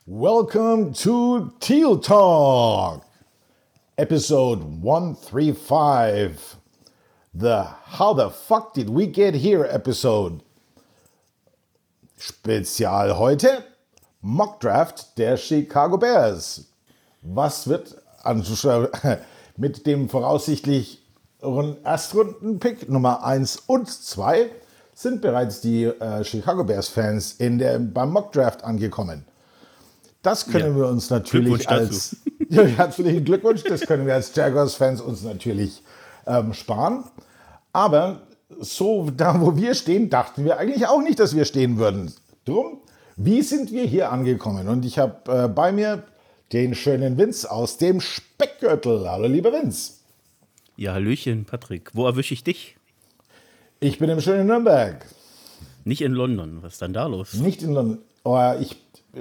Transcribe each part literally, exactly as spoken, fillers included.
Welcome to Teal Talk, episode one thirty-five, the How the Fuck Did We Get Here episode. Spezial heute, Mock Draft der Chicago Bears. Was wird mit dem voraussichtlich Erstrunden-Pick Nummer eins und zwei sind bereits die äh, Chicago Bears Fans in der, beim Mock Draft angekommen. Das können ja. wir uns natürlich als ja, herzlichen Glückwunsch, das können wir als Jaguars-Fans uns natürlich ähm, sparen. Aber so da, wo wir stehen, dachten wir eigentlich auch nicht, dass wir stehen würden. Drum, wie sind wir hier angekommen? Und ich habe äh, bei mir den schönen Vince aus dem Speckgürtel. Hallo, lieber Vince. Ja, Hallöchen, Patrick. Wo erwische ich dich? Ich bin im schönen Nürnberg. Nicht in London. Was ist denn da los? Nicht in London. Oh, ich...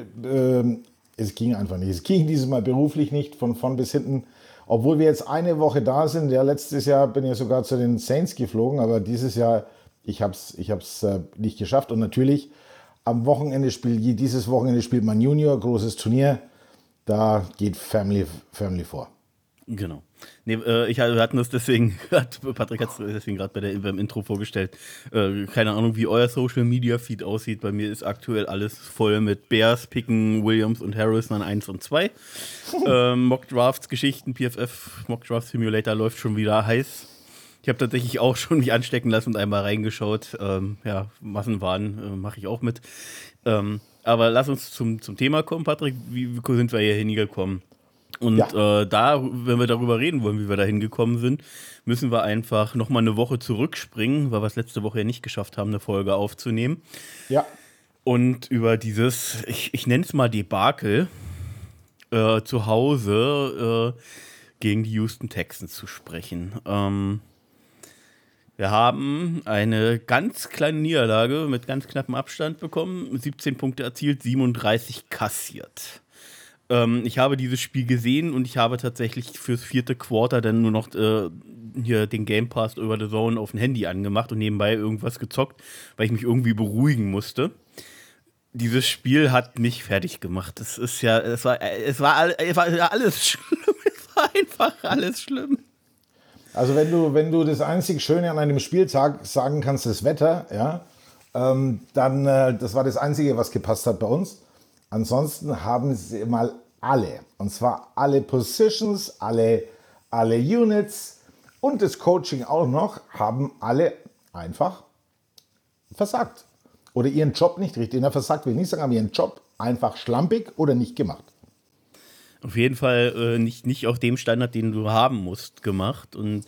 Äh, es ging einfach nicht. Es ging dieses Mal beruflich nicht von vorn bis hinten. Obwohl wir jetzt eine Woche da sind. Ja, letztes Jahr bin ich sogar zu den Saints geflogen, aber dieses Jahr, ich habe es ich hab's, äh, nicht geschafft. Und natürlich, am Wochenende spielt, dieses Wochenende spielt man Junior, großes Turnier. Da geht Family, Family vor. Genau. Nee, äh, ich, wir hatten das deswegen, hat, Patrick hat es deswegen gerade beim Intro vorgestellt. Äh, keine Ahnung, wie euer Social Media Feed aussieht. Bei mir ist aktuell alles voll mit Bears, Picken, Williams und Harrison an eins und zwei. ähm, Mock Drafts Geschichten, P F F, Mock Draft Simulator läuft schon wieder heiß. Ich habe tatsächlich auch schon mich anstecken lassen und einmal reingeschaut. Ähm, ja, Massenwahn äh, mache ich auch mit. Ähm, aber lass uns zum, zum Thema kommen, Patrick. Wie, wie sind wir hier hingekommen? Und ja. äh, da, wenn wir darüber reden wollen, wie wir da hingekommen sind, müssen wir einfach nochmal eine Woche zurückspringen, weil wir es letzte Woche ja nicht geschafft haben, eine Folge aufzunehmen. Ja. Und über dieses, ich, ich nenne es mal Debakel, äh, zu Hause äh, gegen die Houston Texans zu sprechen. Ähm, wir haben eine ganz kleine Niederlage mit ganz knappem Abstand bekommen, siebzehn Punkte erzielt, siebenunddreißig kassiert. Ich habe dieses Spiel gesehen und ich habe tatsächlich fürs vierte Quarter dann nur noch äh, hier den Game Pass über The Zone auf dem Handy angemacht und nebenbei irgendwas gezockt, weil ich mich irgendwie beruhigen musste. Dieses Spiel hat mich fertig gemacht. Es ist ja, es war, es war, es war alles schlimm. Es war einfach alles schlimm. Also wenn du, wenn du das einzig Schöne an einem Spieltag sagen kannst, das Wetter, ja, ähm, dann äh, das war das Einzige, was gepasst hat bei uns. Ansonsten haben sie mal alle, und zwar alle Positions, alle, alle Units und das Coaching auch noch, haben alle einfach versagt. Oder ihren Job nicht richtig. Na, versagt will ich nicht sagen, aber ihren Job einfach schlampig oder nicht gemacht. Auf jeden Fall äh, nicht, nicht auf dem Standard, den du haben musst, gemacht. Und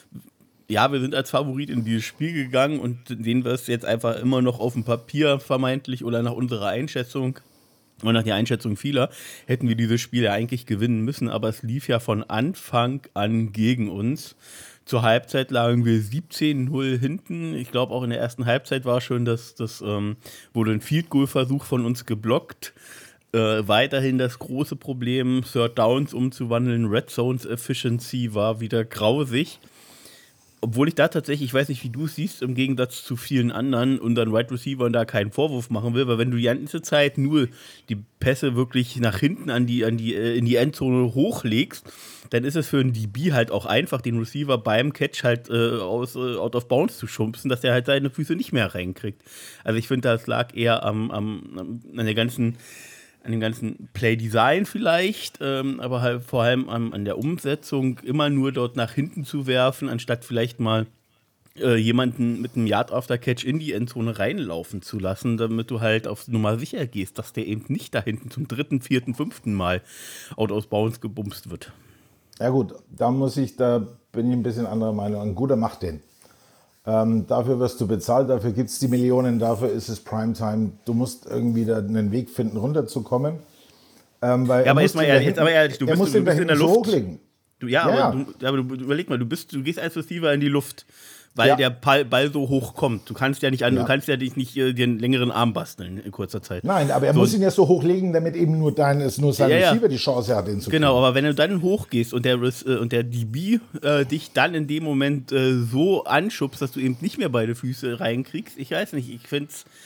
ja, wir sind als Favorit in dieses Spiel gegangen und sehen wir es jetzt einfach immer noch auf dem Papier vermeintlich oder nach unserer Einschätzung. Und nach der Einschätzung vieler hätten wir dieses Spiel ja eigentlich gewinnen müssen, aber es lief ja von Anfang an gegen uns. Zur Halbzeit lagen wir siebzehn null hinten. Ich glaube, auch in der ersten Halbzeit war schon, dass das ähm, wurde ein Field-Goal-Versuch von uns geblockt. Äh, weiterhin das große Problem, Third Downs umzuwandeln, Red Zones Efficiency war wieder grausig. Obwohl ich da tatsächlich, ich weiß nicht, wie du es siehst, im Gegensatz zu vielen anderen unseren Wide Receivern da keinen Vorwurf machen will, weil wenn du die ganze Zeit nur die Pässe wirklich nach hinten an die, an die, in die Endzone hochlegst, dann ist es für einen D B halt auch einfach, den Receiver beim Catch halt äh, aus, äh, out of bounds zu schubsen, dass er halt seine Füße nicht mehr reinkriegt. Also ich finde, das lag eher am, am, an der ganzen an dem ganzen Play-Design vielleicht, ähm, aber halt vor allem an, an der Umsetzung, immer nur dort nach hinten zu werfen, anstatt vielleicht mal äh, jemanden mit einem Yard-After-Catch in die Endzone reinlaufen zu lassen, damit du halt auf Nummer sicher gehst, dass der eben nicht da hinten zum dritten, vierten, fünften Mal out of bounds gebumst wird. Ja gut, da muss ich, da bin ich ein bisschen anderer Meinung. Ein guter macht den. Ähm, dafür wirst du bezahlt, dafür gibt es die Millionen, dafür ist es Primetime. Du musst irgendwie da einen Weg finden, runterzukommen. Ähm, weil ja, aber jetzt mal ehrlich, jetzt aber ehrlich, du er bist, muss du, den du bist in der Luft. Hochlegen. Du, ja, ja, aber, du, aber du, überleg mal, du, bist, du gehst als Receiver in die Luft, weil ja. der Ball, Ball so hoch kommt. Du kannst ja nicht, an, ja. du kannst ja dich nicht äh, dir einen längeren Arm basteln in kurzer Zeit. Nein, aber er so. muss ihn ja so hochlegen, damit eben nur dein, es nur sein ja, Receiver ja. die Chance hat, den zu Genau, kriegen. aber wenn du dann hochgehst und der, äh, und der D B äh, dich dann in dem Moment äh, so anschubst, dass du eben nicht mehr beide Füße reinkriegst, ich weiß nicht, ich finde es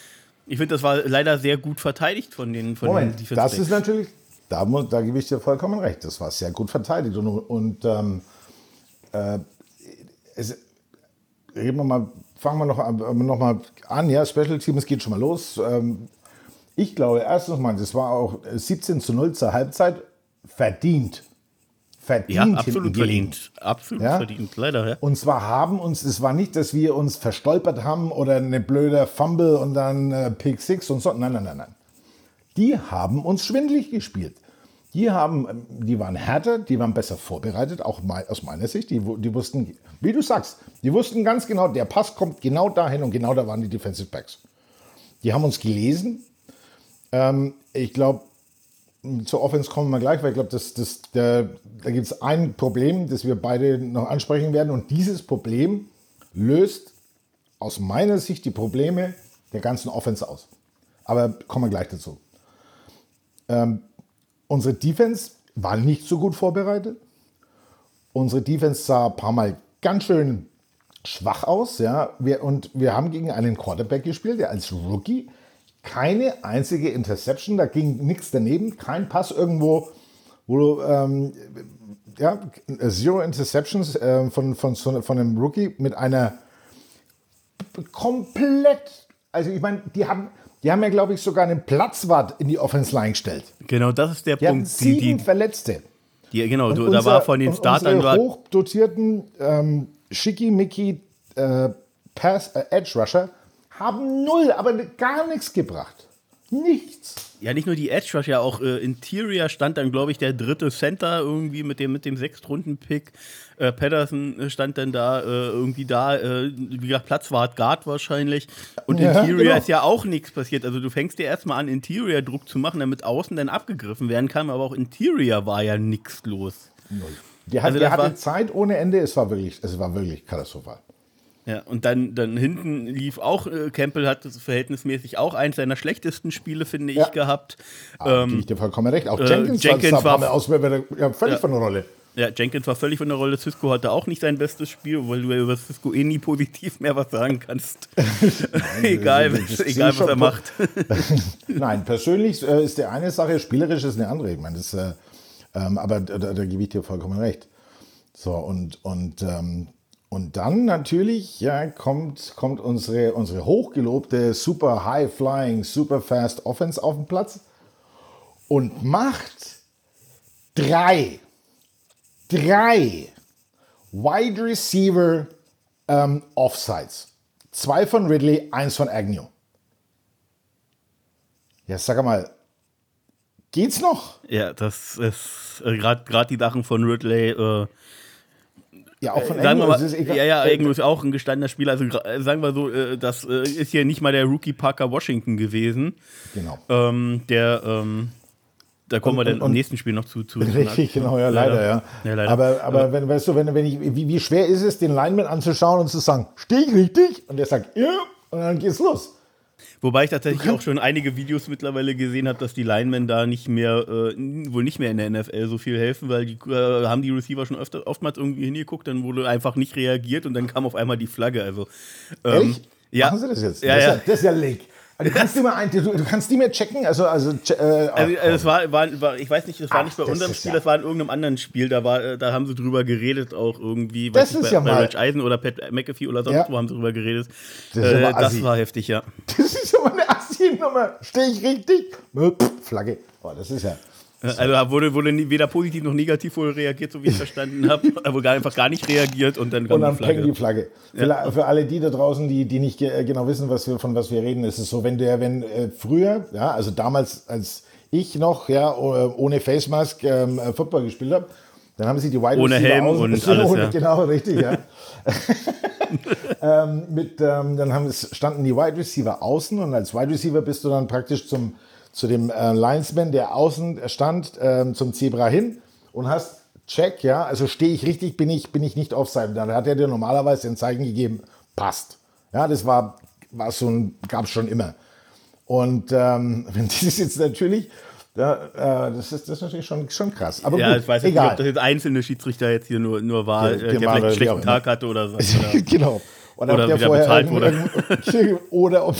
Ich finde, das war leider sehr gut verteidigt von den von Moment, den das Backs. Ist natürlich, da, muss, da gebe ich dir vollkommen recht, das war sehr gut verteidigt. Und, und ähm, äh, es, reden wir mal, fangen wir noch, noch mal an, ja, Special Teams geht schon mal los. Ähm, ich glaube, erstens mal, das war auch siebzehn zu null zur Halbzeit, verdient. Verdient. Ja, absolut verdient. Absolut ja? verdient, leider. Ja. Und zwar haben uns, es war nicht, dass wir uns verstolpert haben oder eine blöde Fumble und dann äh, Pick Six und so. Nein, nein, nein, nein. Die haben uns schwindelig gespielt. Die, haben, die waren härter, die waren besser vorbereitet, auch aus meiner Sicht. Die, die wussten, wie du sagst, die wussten ganz genau, der Pass kommt genau dahin und genau da waren die Defensive Backs. Die haben uns gelesen. Ähm, ich glaube, zur Offense kommen wir gleich, weil ich glaube, das, das, da, da gibt es ein Problem, das wir beide noch ansprechen werden. Und dieses Problem löst aus meiner Sicht die Probleme der ganzen Offense aus. Aber kommen wir gleich dazu. Ähm, unsere Defense war nicht so gut vorbereitet. Unsere Defense sah ein paar Mal ganz schön schwach aus. Ja? Wir, und wir haben gegen einen Quarterback gespielt, der als Rookie keine einzige Interception, da ging nichts daneben, kein Pass irgendwo, wo du, ähm, ja, Zero Interceptions äh, von, von, von einem Rookie mit einer komplett, also ich meine, die haben, die haben ja, glaube ich, sogar einen Platzwart in die Offense Line gestellt. Genau, das ist der die Punkt. Sieben die, die, Verletzte. Die, genau, du, unser, da war von den Startern... Unsere hochdotierten ähm, Schickimicki äh, Pass äh, Edge Rusher haben null, aber gar nichts gebracht. Nichts. Ja, nicht nur die Edge Rush, ja auch äh, Interior stand dann, glaube ich, der dritte Center irgendwie mit dem, mit dem Sechstrunden-Pick. Äh, Patterson stand dann da, äh, irgendwie da, äh, wie gesagt, Platzwart Guard wahrscheinlich. Und ja, Interior genau. Ist ja auch nichts passiert. Also du fängst dir erstmal an, Interior-Druck zu machen, damit außen dann abgegriffen werden kann, aber auch Interior war ja nichts los. Null. Der, hat, also der hatte Zeit ohne Ende, es war wirklich, es war wirklich katastrophal. Ja, und dann, dann hinten lief auch, äh, Campbell hat verhältnismäßig auch eins seiner schlechtesten Spiele, finde ja. ich, gehabt. Ah, ähm, ich dir vollkommen recht. Auch Jenkins, äh, Jenkins war, war aus, ja, völlig ja, von der Rolle. Ja, Jenkins war völlig von der Rolle. Cisco hatte auch nicht sein bestes Spiel, weil du ja über Cisco eh nie positiv mehr was sagen kannst. Nein, egal, das, das egal was er macht. Nein, persönlich äh, ist der eine Sache, spielerisch ist eine andere. Ich meine, das, äh, ähm, aber da, da, da gebe ich dir vollkommen recht. So, und, und ähm, Und dann natürlich ja, kommt, kommt unsere, unsere hochgelobte, super high-flying, super fast Offense auf den Platz und macht drei, drei Wide Receiver ähm, Offsides. Zwei von Ridley, eins von Agnew. Ja, sag mal, geht's noch? Ja, das ist äh, gerade die Sachen von Ridley. Äh Ja, auch von äh, sagen Agnew. wir mal, ja, ja, Agnew ist auch ein gestandener Spieler. Also äh, sagen wir so, äh, das äh, ist hier nicht mal der Rookie Parker Washington gewesen. Genau. Ähm, der, ähm, da kommen und, wir dann im nächsten Spiel noch zu. zu richtig, genau, ja, leider, leider. Ja. ja leider. Aber, aber ja. Wenn, weißt du, wenn, wenn ich, wie, wie schwer ist es, den Lineman anzuschauen und zu sagen, stehe ich richtig? Und der sagt, ja, und dann geht's los. Wobei ich tatsächlich auch schon einige Videos mittlerweile gesehen habe, dass die Linemen da nicht mehr, äh, wohl nicht mehr in der N F L so viel helfen, weil die äh, haben die Receiver schon öfter, oftmals irgendwie hingeguckt, dann wurde einfach nicht reagiert und dann kam auf einmal die Flagge. Also, ähm, Ehrlich? Ja. Machen Sie das jetzt? Ja, das, ja. Ist ja, das ist ja Lake. Du kannst die mal ein, du, du kannst die mir checken, also also, äh, also es war, war, war ich weiß nicht, das war Ach, nicht bei unserem Spiel, ja. das war in irgendeinem anderen Spiel, da war da haben sie drüber geredet auch irgendwie, das ist bei, ja bei mal Rich Eisen oder Pat McAfee oder sonst ja. wo haben sie drüber geredet. Das, ist äh, das war heftig, ja. Das ist ja mal eine Assi-Nummer. Stehe ich richtig? Flagge. Oh, das ist ja. Also da wurde, wurde weder positiv noch negativ wohl reagiert, so wie ich es verstanden habe. Da wurde einfach gar nicht reagiert und dann kam und dann die Flagge. die Flagge. Ja. Für, für alle die da draußen, die, die nicht genau wissen, was wir, von was wir reden, ist es so, wenn der, wenn äh, früher, ja, also damals, als ich noch ja, ohne Face Mask ähm, Football gespielt habe, dann haben sie die Wide ohne Receiver Helm außen, und alles, ohne, ja. Genau, richtig, ja. ähm, mit, ähm, dann haben es, standen die Wide Receiver außen und als Wide Receiver bist du dann praktisch zum zu dem äh, Linesman, der außen stand, ähm, zum Zebra hin und hast Check, ja, also stehe ich richtig, bin ich, bin ich nicht offside. Dann hat er dir normalerweise ein Zeichen gegeben, passt. Ja, das war, war so ein, gab es schon immer. Und ähm, wenn das jetzt natürlich, ja, äh, das, ist, das ist natürlich schon, schon krass. Aber ja, gut, ich weiß nicht, ob das jetzt einzelne Schiedsrichter jetzt hier nur, nur war, der, der, der vielleicht einen schlechten Tag hatte oder so. Oder, genau. Oder, oder ob der wieder vorher bezahlt wurde. oder ob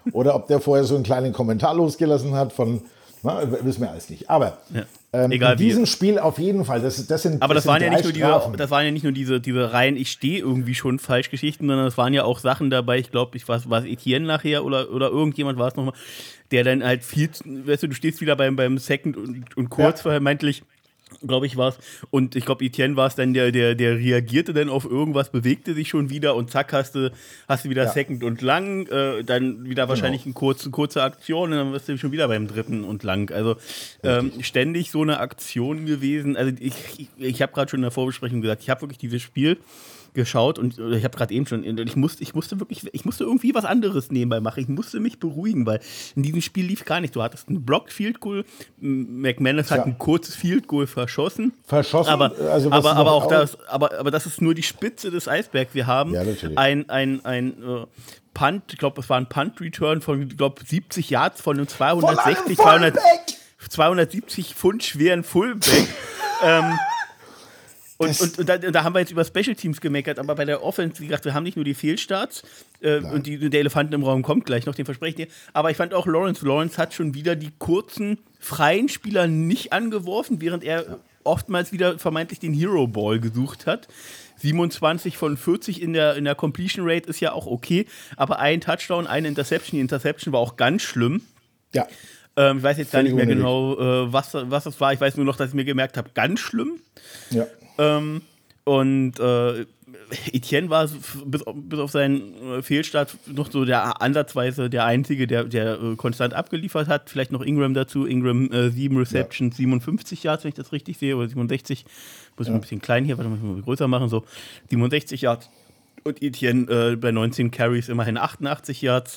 oder ob der vorher so einen kleinen Kommentar losgelassen hat von, na, wissen wir alles nicht. Aber Ja. ähm, Egal in diesem wie. Spiel auf jeden Fall, das, das sind Aber das, das waren sind ja nicht drei nur diese, Strafen. das waren ja nicht nur diese, diese rein, ich stehe irgendwie schon falsch Geschichten, sondern es waren ja auch Sachen dabei, ich glaube, ich war, war es Etienne nachher oder, oder irgendjemand war es nochmal, der dann halt viel, weißt du, du stehst wieder beim, beim Second und, und kurz Ja. vermeintlich, glaube ich, war es. Und ich glaube, Etienne war es dann, der, der, der reagierte dann auf irgendwas, bewegte sich schon wieder und zack, hast du, hast du wieder Ja. Second und lang, äh, dann wieder wahrscheinlich eine kurze, kurze Aktion und dann wirst du schon wieder beim dritten und lang. Also ähm, ständig so eine Aktion gewesen. Also ich, ich, ich habe gerade schon in der Vorbesprechung gesagt, ich habe wirklich dieses Spiel geschaut und äh, ich habe gerade eben schon, ich musste, ich musste wirklich, ich musste irgendwie was anderes nebenbei machen. Ich musste mich beruhigen, weil in diesem Spiel lief gar nicht. Du hattest einen Blocked Field Goal, McManus hat Ja. ein kurzes Field Goal verschossen. Verschossen, Aber, also was aber, aber noch auch auch- das, aber, aber das ist nur die Spitze des Eisbergs. Wir haben Ja, natürlich. ein, ein, ein äh, Punt, ich glaube, es war ein Punt-Return von, ich glaube, siebzig Yards von einem zweihundertsechzig, Von einem zweihundert, zweihundertsiebzig Pfund schweren Fullback. ähm, und, Das- und, und, da, da haben wir jetzt über Special Teams gemeckert, aber bei der Offense, wie gesagt, wir haben nicht nur die Fehlstarts äh, und die, der Elefanten im Raum kommt gleich noch, den verspreche ich dir. Aber ich fand auch Lawrence, Lawrence hat schon wieder die kurzen, freien Spieler nicht angeworfen, während er oftmals wieder vermeintlich den Hero Ball gesucht hat. siebenundzwanzig von vierzig in der, in der Completion Rate ist ja auch okay, aber ein Touchdown, eine Interception, die Interception war auch ganz schlimm. Ja. Ähm, ich weiß jetzt gar Völlig nicht mehr unnötig. genau, äh, was, was das war. Ich weiß nur noch, dass ich mir gemerkt habe, ganz schlimm. Ja. Ähm, und äh, Etienne war f- bis, auf- bis auf seinen äh, Fehlstart noch so der ansatzweise der Einzige, der, der äh, konstant abgeliefert hat. Vielleicht noch Ingram dazu. Ingram äh, sieben Receptions, siebenundfünfzig Yards, wenn ich das richtig sehe, oder siebenundsechzig. Muss ich mal ein bisschen klein hier, warte mal, ich muss mal größer machen. So siebenundsechzig Yards. Und Etienne äh, bei neunzehn Carries immerhin achtundachtzig Yards.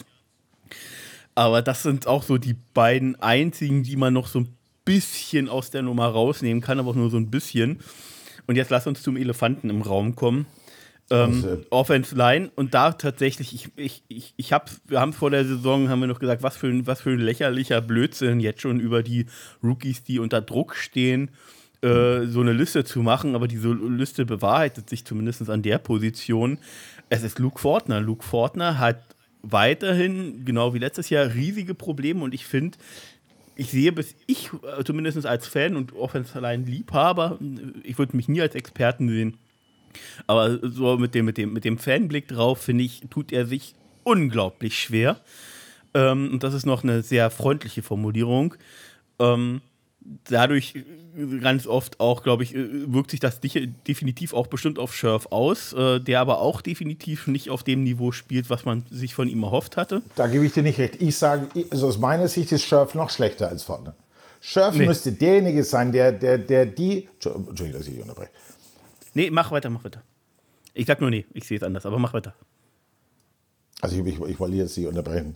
Aber das sind auch so die beiden einzigen, die man noch so ein bisschen aus der Nummer rausnehmen kann, aber auch nur so ein bisschen. Und jetzt lass uns zum Elefanten im Raum kommen. Ähm, Also, Offense Line. Und da tatsächlich, ich, ich, ich, ich hab, wir haben vor der Saison, haben wir noch gesagt, was für, ein, was für ein lächerlicher Blödsinn jetzt schon über die Rookies, die unter Druck stehen, äh, so eine Liste zu machen. Aber diese Liste bewahrheitet sich zumindest an der Position. Es ist Luke Fortner. Luke Fortner hat weiterhin, genau wie letztes Jahr, riesige Probleme und ich finde, ich sehe bis ich, äh, zumindest als Fan und Offensive Line Liebhaber, ich würde mich nie als Experten sehen, aber so mit dem, mit dem, mit dem Fanblick drauf, finde ich, tut er sich unglaublich schwer. Ähm, und das ist noch eine sehr freundliche Formulierung. Ähm, dadurch ganz oft auch, glaube ich, wirkt sich das de- definitiv auch bestimmt auf Scherf aus, äh, der aber auch definitiv nicht auf dem Niveau spielt, was man sich von ihm erhofft hatte. Da gebe ich dir nicht recht. Ich sage, also aus meiner Sicht ist Scherf noch schlechter als Fortner. Scherf Nee. müsste derjenige sein, der, der, der die. Entschuldigung, dass ich dich unterbreche. Nee, mach weiter, mach weiter. Ich sag nur nee, ich sehe es anders, aber mach weiter. Also ich, ich, ich wollte jetzt nicht unterbrechen.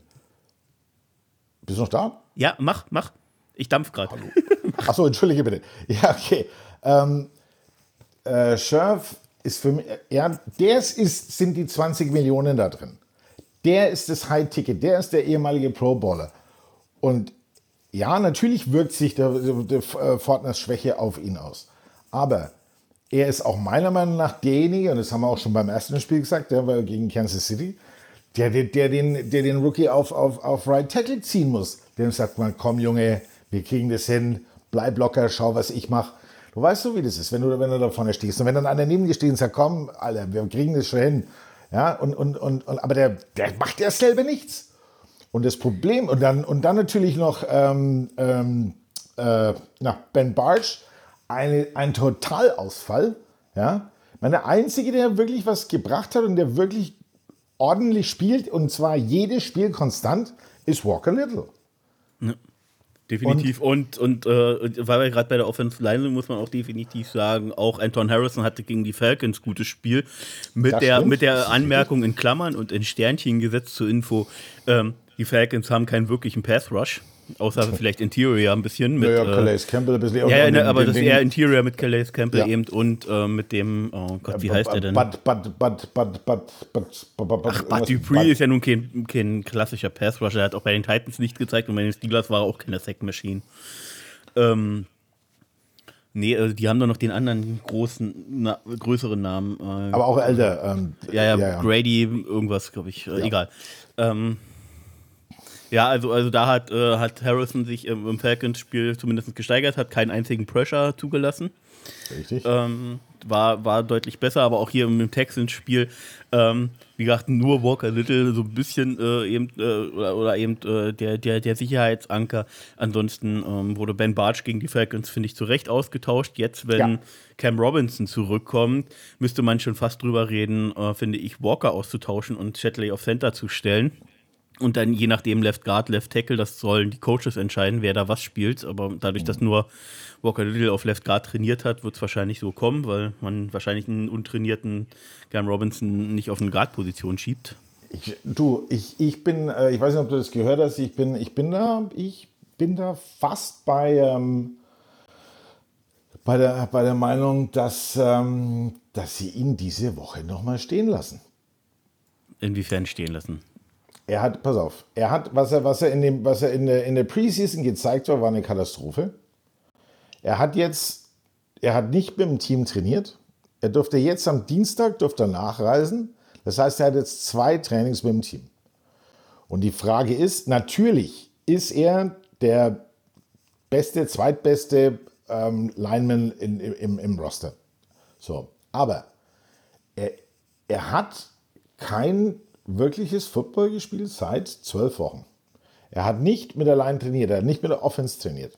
Bist du noch da? Ja, mach, mach. Ich dampf gerade. Achso, entschuldige bitte. Ja, okay. Ähm, äh, Scherf ist für mich, ja, der ist, sind die zwanzig Millionen da drin. Der ist das High-Ticket, der ist der ehemalige Pro-Bowler. Und ja, natürlich wirkt sich der, der, der Fortners Schwäche auf ihn aus. Aber er ist auch meiner Meinung nach derjenige, und das haben wir auch schon beim ersten Spiel gesagt, der war gegen Kansas City, der, der, der, den, der den Rookie auf, auf, auf Right Tackle ziehen muss. Dem sagt man, komm Junge, wir kriegen das hin, bleib locker, schau, was ich mache. Du weißt so, wie das ist, wenn du, wenn du da vorne stehst. Und wenn dann einer neben dir steht und sagt, komm, Alter, wir kriegen das schon hin. Ja, und, und, und, und, aber der, der macht ja selber nichts. Und das Problem, und dann, und dann natürlich noch ähm, ähm, äh, na, Ben Bartsch, eine, ein Totalausfall. Ja? Ich meine, der Einzige, der wirklich was gebracht hat und der wirklich ordentlich spielt, und zwar jedes Spiel konstant, ist Walker Little. Definitiv. Und, und, äh, weil wir gerade bei der Offensive Line sind, muss man auch definitiv sagen, auch Anton Harrison hatte gegen die Falcons gutes Spiel. Mit Das der, stimmt. mit Das der ist Anmerkung in Klammern und in Sternchen gesetzt zur Info, ähm, die Falcons haben keinen wirklichen Pass-Rush, außer vielleicht Interior ein bisschen. Mit, Ja, ja, äh, Calais Campbell ein bisschen. ja, ja, und ne, den- aber den- das ist den- eher Interior mit Calais Campbell Ja. eben und äh, mit dem, oh Gott, wie heißt der denn? Bud, Bud, Bud, Bud, Bud, Bud, Bud, Bud, Ach, Bud Dupree ist ja nun kein, kein klassischer Pass-Rusher. Er hat auch bei den Titans nicht gezeigt und bei den Steelers war er auch keine Sack-Machine. Ähm, nee, also die haben doch noch den anderen großen, na, größeren Namen. Äh, Aber auch älter. Ähm, ja, ja, Grady, irgendwas, glaube ich. Äh, Ja. Egal. Ähm, Ja, also, also da hat, äh, hat Harrison sich im, im Falcons-Spiel zumindest gesteigert, hat keinen einzigen Pressure zugelassen. Richtig. Ähm, war, war deutlich besser, aber auch hier im Texans-Spiel, ähm, wie gesagt, nur Walker Little so ein bisschen äh, eben, äh, oder, oder eben äh, der, der, der Sicherheitsanker. Ansonsten ähm, wurde Ben Bartsch gegen die Falcons, finde ich, zu Recht ausgetauscht. Jetzt, wenn Ja. Cam Robinson zurückkommt, müsste man schon fast drüber reden, äh, finde ich, Walker auszutauschen und Shatley auf Center zu stellen. Und dann je nachdem Left Guard, Left Tackle, das sollen die Coaches entscheiden, wer da was spielt. Aber dadurch, dass nur Walker Little auf Left Guard trainiert hat, wird es wahrscheinlich so kommen, weil man wahrscheinlich einen untrainierten Cam Robinson nicht auf eine Guard-Position schiebt. Ich, du, ich, ich bin, äh, ich weiß nicht, ob du das gehört hast, ich bin, ich bin da, ich bin da fast bei, ähm, bei, der, bei der Meinung, dass, ähm, dass sie ihn diese Woche nochmal stehen lassen. Inwiefern stehen lassen? Er hat, pass auf, er hat, was er, was er in dem, was er in der, in der Preseason gezeigt hat, war eine Katastrophe. Er hat jetzt, er hat nicht mit dem Team trainiert. Er durfte jetzt am Dienstag durfte er nachreisen. Das heißt, er hat jetzt zwei Trainings mit dem Team. Und die Frage ist, natürlich ist er der beste, zweitbeste ähm, Lineman in, im, im Roster. So, aber er, er hat kein wirkliches Football gespielt seit zwölf Wochen. Er hat nicht mit der Line trainiert, er hat nicht mit der Offense trainiert.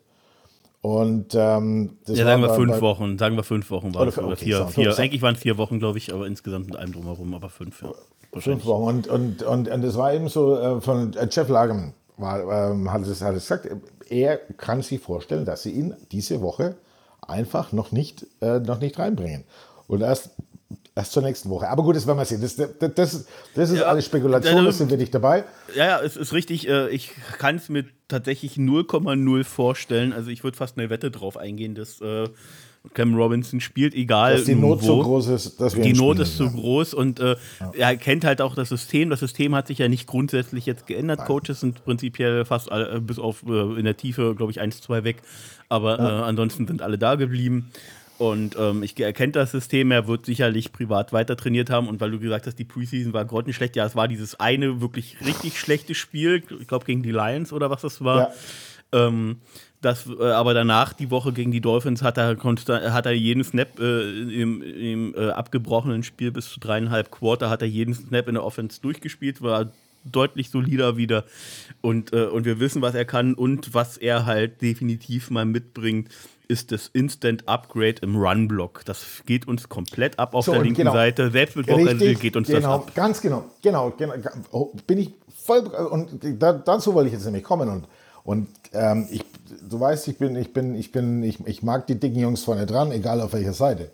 Und ähm, das ja, sagen wir bei, fünf bei, Wochen, sagen wir fünf Wochen waren es, oder, oder okay, vier, so, vier. so, Eigentlich waren es vier Wochen, glaube ich, aber insgesamt mit allem drumherum, aber fünf, ja. Fünf Wochen. Und, und, und, und das war eben so, äh, von äh, Jeff Lageman war, ähm, hat, es, hat es gesagt, er kann sich vorstellen, dass sie ihn diese Woche einfach noch nicht, äh, noch nicht reinbringen. Und erst, erst zur nächsten Woche. Aber gut, das werden wir sehen. Das, das, das, das ist Ja, alles Spekulation, das sind wir nicht dabei. Ja, ja, es ist richtig. Äh, ich kann es mir tatsächlich null Komma null vorstellen. Also ich würde fast eine Wette drauf eingehen, dass äh, Cam Robinson spielt, egal Dass die Not wo. so groß ist, dass wir Die ihn Not spielen ist so müssen, ja. groß und äh, er kennt halt auch das System. Das System hat sich ja nicht grundsätzlich jetzt geändert. Nein. Coaches sind prinzipiell fast alle, bis auf äh, in der Tiefe, glaube ich, eins, zwei weg. Aber ja. äh, ansonsten sind alle da geblieben. Und ähm, ich, er kennt das System, er wird sicherlich privat weiter trainiert haben. Und weil du gesagt hast, die Preseason war grottenschlecht, ja, es war dieses eine wirklich richtig schlechte Spiel, ich glaube gegen die Lions oder was das war. Ja. Ähm, das, äh, aber danach, die Woche gegen die Dolphins, hat er, konstant, hat er jeden Snap äh, im, im äh, abgebrochenen Spiel bis zu dreieinhalb Quarter, hat er jeden Snap in der Offense durchgespielt, war deutlich solider wieder. Und, äh, und wir wissen, was er kann und was er halt definitiv mal mitbringt, ist das Instant Upgrade im Run-Block. Das geht uns komplett ab auf so, der linken genau. Seite. Selbst mit Walker Little geht uns genau, das ab. Ganz genau, genau, genau. Bin ich voll, und da, dazu wollte ich jetzt nämlich kommen. Und, und ähm, ich, du weißt, ich bin, ich bin, ich bin, ich, ich mag die dicken Jungs vorne dran, egal auf welcher Seite.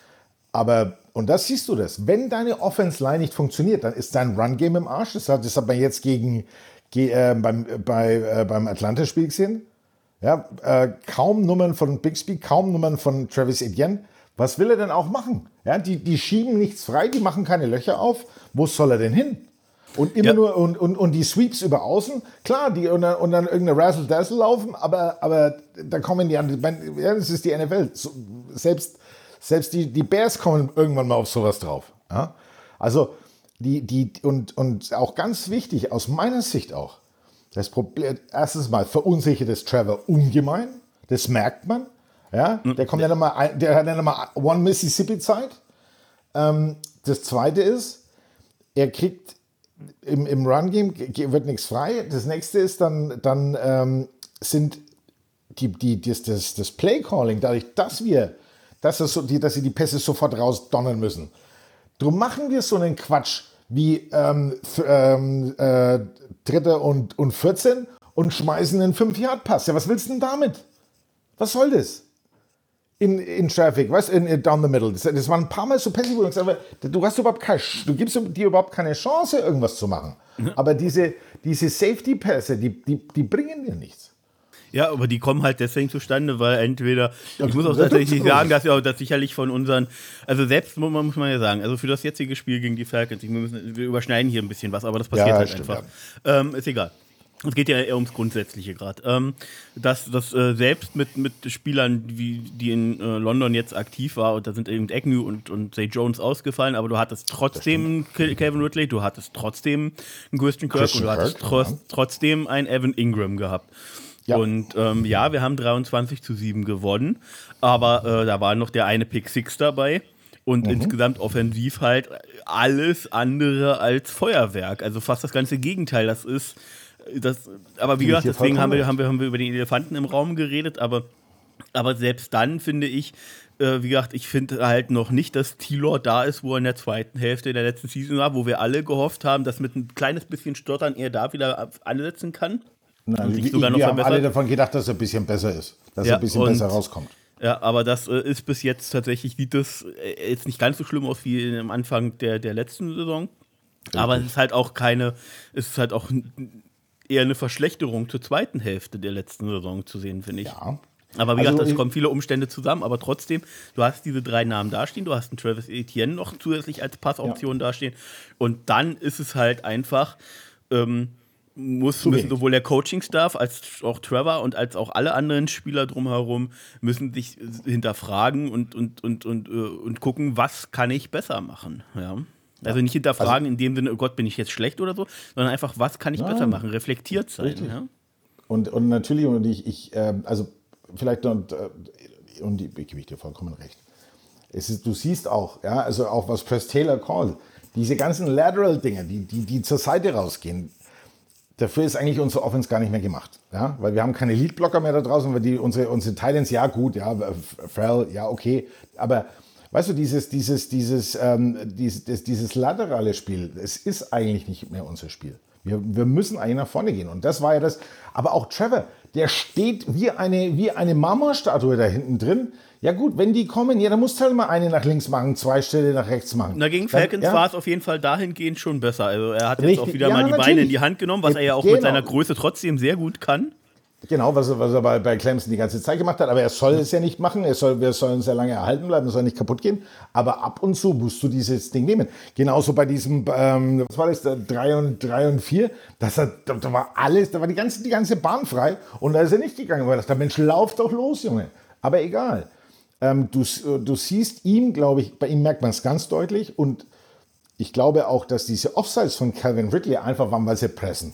Aber, und das siehst du das, wenn deine Offense-Line nicht funktioniert, dann ist dein Run-Game im Arsch. Das hat, das hat man jetzt gegen, ge, äh, beim, bei, äh, beim Atlanta-Spiel gesehen. Ja, äh, kaum Nummern von Bixby, kaum Nummern von Travis Etienne. Was will er denn auch machen? Ja, die, die schieben nichts frei, die machen keine Löcher auf. Wo soll er denn hin? Und immer ja. nur und, und, und die Sweeps über außen, klar, die und dann, und dann irgendeine Razzle-Dazzle laufen, aber, aber da kommen die an. Ja, das ist die N F L. So, selbst selbst die, die Bears kommen irgendwann mal auf sowas drauf. Ja? Also, die, die, und, und auch ganz wichtig, aus meiner Sicht auch, das Problem, erstens mal verunsichert es Trevor ungemein, das merkt man. Ja? Der kommt ja noch mal, der hat ja noch mal One Mississippi Zeit. Ähm, das zweite ist, er kriegt im, im Run-Game wird nichts frei. Das nächste ist dann, dann ähm, sind die, die, das, das, das Play-Calling, dadurch, dass wir, dass, das so, die, dass sie die Pässe sofort rausdonnern müssen. Drum machen wir so einen Quatsch wie ähm, f- ähm, äh, Dritter und, und vierzehn und schmeißen einen fünf-Yard-Pass. Ja, was willst du denn damit? Was soll das? In, in Traffic, weißt du, in, in down the middle. Das, das waren ein paar Mal so Pässe, wo du gesagt hast, du hast überhaupt keine, du gibst dir überhaupt keine Chance, irgendwas zu machen. Mhm. Aber diese, diese Safety-Pässe, die, die, die bringen dir nichts. Ja, aber die kommen halt deswegen zustande, weil entweder, ich muss auch tatsächlich sagen, dass wir auch das sicherlich von unseren, also selbst muss man, muss man ja sagen, also für das jetzige Spiel gegen die Falcons, wir, müssen, wir überschneiden hier ein bisschen was, aber das passiert ja, halt stimmt, einfach. Ja. Ähm, ist egal. Es geht ja eher ums Grundsätzliche gerade. Ähm, dass das äh, selbst mit, mit Spielern, wie, die in äh, London jetzt aktiv war, und da sind eben Agnew und, und Zay Jones ausgefallen, aber du hattest trotzdem Calvin Ridley, du hattest trotzdem einen Christian Kirk Christian und du hattest Kirk, tro- ja. trotzdem einen Evan Ingram gehabt. Ja. Und ähm, ja, wir haben dreiundzwanzig zu sieben gewonnen, aber äh, da war noch der eine Pick Six dabei. Und mhm. insgesamt offensiv halt alles andere als Feuerwerk. Also fast das ganze Gegenteil. Das ist, das, aber wie gesagt, deswegen haben wir, haben, wir, haben wir über den Elefanten im Raum geredet. Aber, aber selbst dann finde ich, äh, wie gesagt, ich finde halt noch nicht, dass T-Law da ist, wo er in der zweiten Hälfte der letzten Season war, wo wir alle gehofft haben, dass mit ein kleines bisschen Stottern er da wieder ansetzen kann. Nein, und sich sogar noch wir haben alle davon gedacht, dass er ein bisschen besser ist. Dass ja, er ein bisschen besser rauskommt. Ja, aber das äh, ist bis jetzt tatsächlich, sieht das äh, jetzt nicht ganz so schlimm aus wie am Anfang der, der letzten Saison. Richtig. Aber es ist halt auch keine, es ist halt auch eher eine Verschlechterung zur zweiten Hälfte der letzten Saison zu sehen, finde ich. Ja. Aber wie also, gesagt, es kommen viele Umstände zusammen, aber trotzdem, du hast diese drei Namen dastehen, du hast einen Travis Etienne noch zusätzlich als Passoption ja. dastehen und dann ist es halt einfach, ähm, Muss, müssen sowohl der Coaching-Staff als auch Trevor und als auch alle anderen Spieler drumherum müssen sich hinterfragen und, und, und, und, und gucken, was kann ich besser machen. Ja? Also nicht hinterfragen also, in dem Sinne, oh Gott, bin ich jetzt schlecht oder so, sondern einfach, was kann ich nein, besser machen, reflektiert sein. Ja? Und, und natürlich, und ich, ich äh, also vielleicht, und, und ich gebe ich dir vollkommen recht, es ist, du siehst auch, ja, also auch was Press Taylor called, diese ganzen Lateral-Dinge, die, die, die zur Seite rausgehen, dafür ist eigentlich unsere Offense gar nicht mehr gemacht. Ja? Weil wir haben keine Lead-Blocker mehr da draußen, weil die, unsere, unsere Titans, ja gut, ja, Farrell, ja okay, aber weißt du, dieses, dieses, dieses, ähm, dieses, dieses laterale Spiel, es ist eigentlich nicht mehr unser Spiel. Wir, wir müssen eigentlich nach vorne gehen und das war ja das, aber auch Trevor, der steht wie eine, wie eine Marmorstatue da hinten drin. Ja gut, wenn die kommen, ja, dann musst du halt mal eine nach links machen, zwei Stelle nach rechts machen. Na, gegen Falcons dann, ja. war es auf jeden Fall dahingehend schon besser. Also er hat jetzt Richtig. auch wieder ja, mal die natürlich. Beine in die Hand genommen, was ja, er ja auch genau. mit seiner Größe trotzdem sehr gut kann. Genau, was er, was er bei, bei Clemson die ganze Zeit gemacht hat. Aber er soll es ja nicht machen. Er soll, wir sollen sehr lange erhalten bleiben, es soll nicht kaputt gehen. Aber ab und zu musst du dieses Ding nehmen. Genauso bei diesem, ähm, was war das, drei und vier. Das hat, da, da war alles, da war die ganze, die ganze Bahn frei. Und da ist er nicht gegangen. Weil der Mensch, lauf doch los, Junge. Aber egal. Ähm, du, du siehst ihm, glaube ich, bei ihm merkt man es ganz deutlich. Und ich glaube auch, dass diese Offsides von Calvin Ridley einfach waren, weil sie pressen.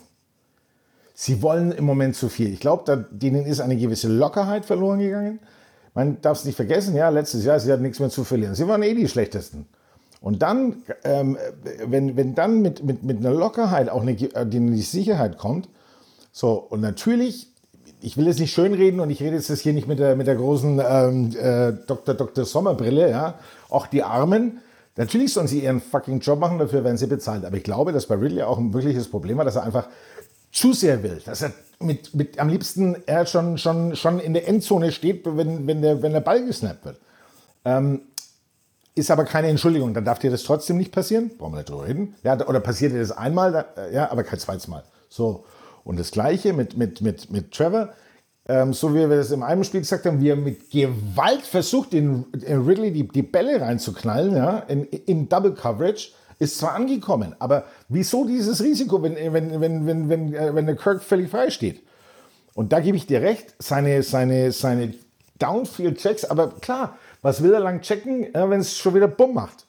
Sie wollen im Moment zu viel. Ich glaube, denen ist eine gewisse Lockerheit verloren gegangen. Man darf es nicht vergessen, ja, letztes Jahr, sie hatten nichts mehr zu verlieren. Sie waren eh die Schlechtesten. Und dann, ähm, wenn, wenn dann mit, mit, mit einer Lockerheit auch eine, die Sicherheit kommt, so, und natürlich, ich will jetzt nicht schönreden und ich rede jetzt hier nicht mit der, mit der großen ähm, äh, Doktor Doktor Sommerbrille, ja, auch die Armen, natürlich sollen sie ihren fucking Job machen, dafür werden sie bezahlt. Aber ich glaube, dass bei Ridley auch ein wirkliches Problem war, dass er einfach zu sehr will, dass er mit, mit am liebsten er schon, schon, schon in der Endzone steht, wenn, wenn, der, wenn der Ball gesnappt wird. Ähm, ist aber keine Entschuldigung, dann darf dir das trotzdem nicht passieren. Brauchen wir nicht drüber reden. Ja, oder passiert dir das einmal, da, ja, aber kein zweites Mal. So. Und das Gleiche mit, mit, mit, mit Trevor. Ähm, so wie wir das in einem Spiel gesagt haben, wie er mit Gewalt versucht, in, in Ridley die, die Bälle reinzuknallen, ja, in, in Double Coverage. Ist zwar angekommen, aber wieso dieses Risiko, wenn, wenn, wenn, wenn, wenn, wenn der Kirk völlig frei steht? Und da gebe ich dir recht, seine, seine, seine Downfield-Checks, aber klar, was will er lang checken, wenn es schon wieder Bumm macht?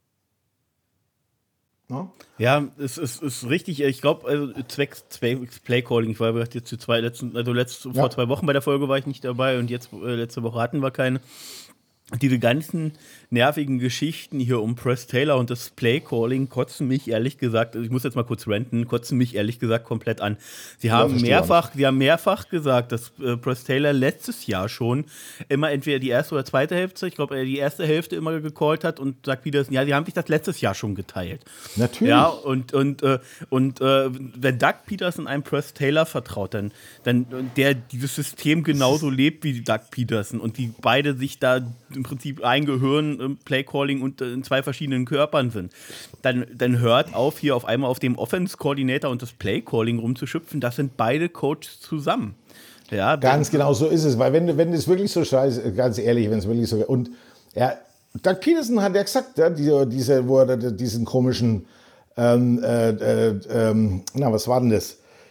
No? Ja, es ist, ist richtig. Ich glaube, also zwecks Playcalling, ich war jetzt die zwei letzten, also letzt, ja. vor zwei Wochen bei der Folge war ich nicht dabei und jetzt äh, letzte Woche hatten wir keine. Diese ganzen nervigen Geschichten hier um Press Taylor und das Playcalling kotzen mich ehrlich gesagt, ich muss jetzt mal kurz ranten, kotzen mich ehrlich gesagt komplett an. Sie haben ja, mehrfach, sie haben mehrfach gesagt, dass äh, Press Taylor letztes Jahr schon immer entweder die erste oder zweite Hälfte, ich glaube, er die erste Hälfte immer gecallt hat und sagt wieder, ja, sie haben sich das letztes Jahr schon geteilt. Natürlich. Ja, und, und, äh, und äh, wenn Doug Peterson einem Press Taylor vertraut, dann, dann der dieses System genauso lebt wie Doug Peterson und die beide sich da im Prinzip ein Gehirn im Playcalling und in zwei verschiedenen Körpern sind, dann, dann hört auf, hier auf einmal auf dem Offense-Coordinator und das Playcalling rumzuschüpfen. Das sind beide Coaches zusammen. Ja, ganz genau so ist es, weil wenn, wenn es wirklich so scheiße, ganz ehrlich, wenn es wirklich so, und ja, Doug Peterson hat ja gesagt, ja, diese, diese, wo er diesen komischen, ähm, äh, äh, ähm, na, was war denn das?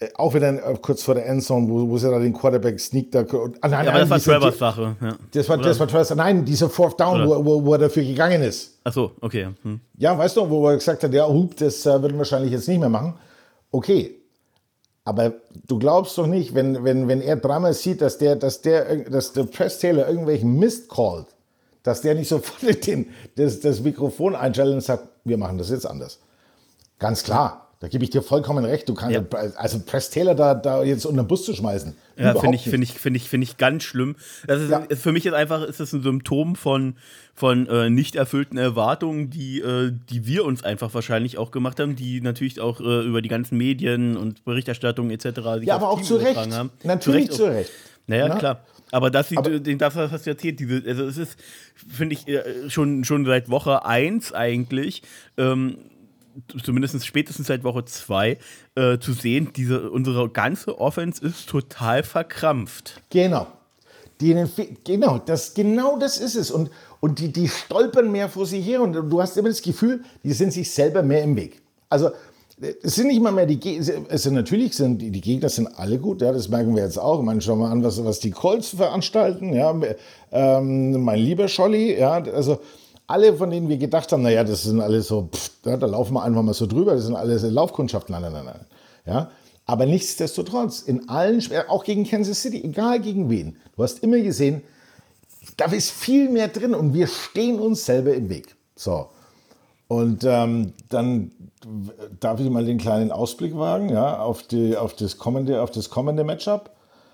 auch wieder äh, kurz vor der Endzone, wo, wo sie da den Quarterback sneakt. Da, und, ah, nein, ja, aber nein, das war diese, Trevors Sache. Ja. Das war, das war Trevors, nein, dieser Fourth Down, wo, wo, wo er dafür gegangen ist. Ach so, okay. Hm. Ja, weißt du, wo er gesagt hat, ja, hup, das äh, wird er wahrscheinlich jetzt nicht mehr machen. Okay, aber du glaubst doch nicht, wenn, wenn, wenn er dreimal sieht, dass der, dass der, dass der Press Taylor irgendwelchen Mist callt, dass der nicht sofort den, das, das Mikrofon einschaltet und sagt, wir machen das jetzt anders. Ganz klar. Da gebe ich dir vollkommen recht. Du kannst, ja. also Press Taylor da, da jetzt unter den Bus zu schmeißen. Ja, finde ich, finde ich, finde ich, finde ich ganz schlimm. Das ist, ja. Für mich ist einfach, ist das ein Symptom von, von äh, nicht erfüllten Erwartungen, die, äh, die wir uns einfach wahrscheinlich auch gemacht haben, die natürlich auch äh, über die ganzen Medien und Berichterstattung et cetera Ja, aber auch zu Recht. Haben. Natürlich zu Recht. Naja, Na? klar. Aber das, aber, den, das hast du erzählt, diese, also es ist, finde ich, schon, schon seit Woche eins eigentlich, ähm, zumindest spätestens seit Woche zwei, äh, zu sehen, diese, unsere ganze Offense ist total verkrampft. Genau. Die, genau, das, genau das ist es. Und, und die, die stolpern mehr vor sich her und du hast immer das Gefühl, die sind sich selber mehr im Weg. Also es sind nicht mal mehr die Gegner, also natürlich sind die, die Gegner sind alle gut, ja, das merken wir jetzt auch. Ich meine, schauen wir an, was, was die Colts veranstalten, ja, ähm, mein lieber Scholli, ja, also alle, von denen wir gedacht haben, naja, das sind alle so, pff, ja, da laufen wir einfach mal so drüber, das sind alles Laufkundschaften, nein, nein, nein, ja. Aber nichtsdestotrotz, in allen, auch gegen Kansas City, egal gegen wen, du hast immer gesehen, da ist viel mehr drin und wir stehen uns selber im Weg. So. Und ähm, dann darf ich mal den kleinen Ausblick wagen, ja, auf, die, auf, das, kommende, auf das kommende Matchup.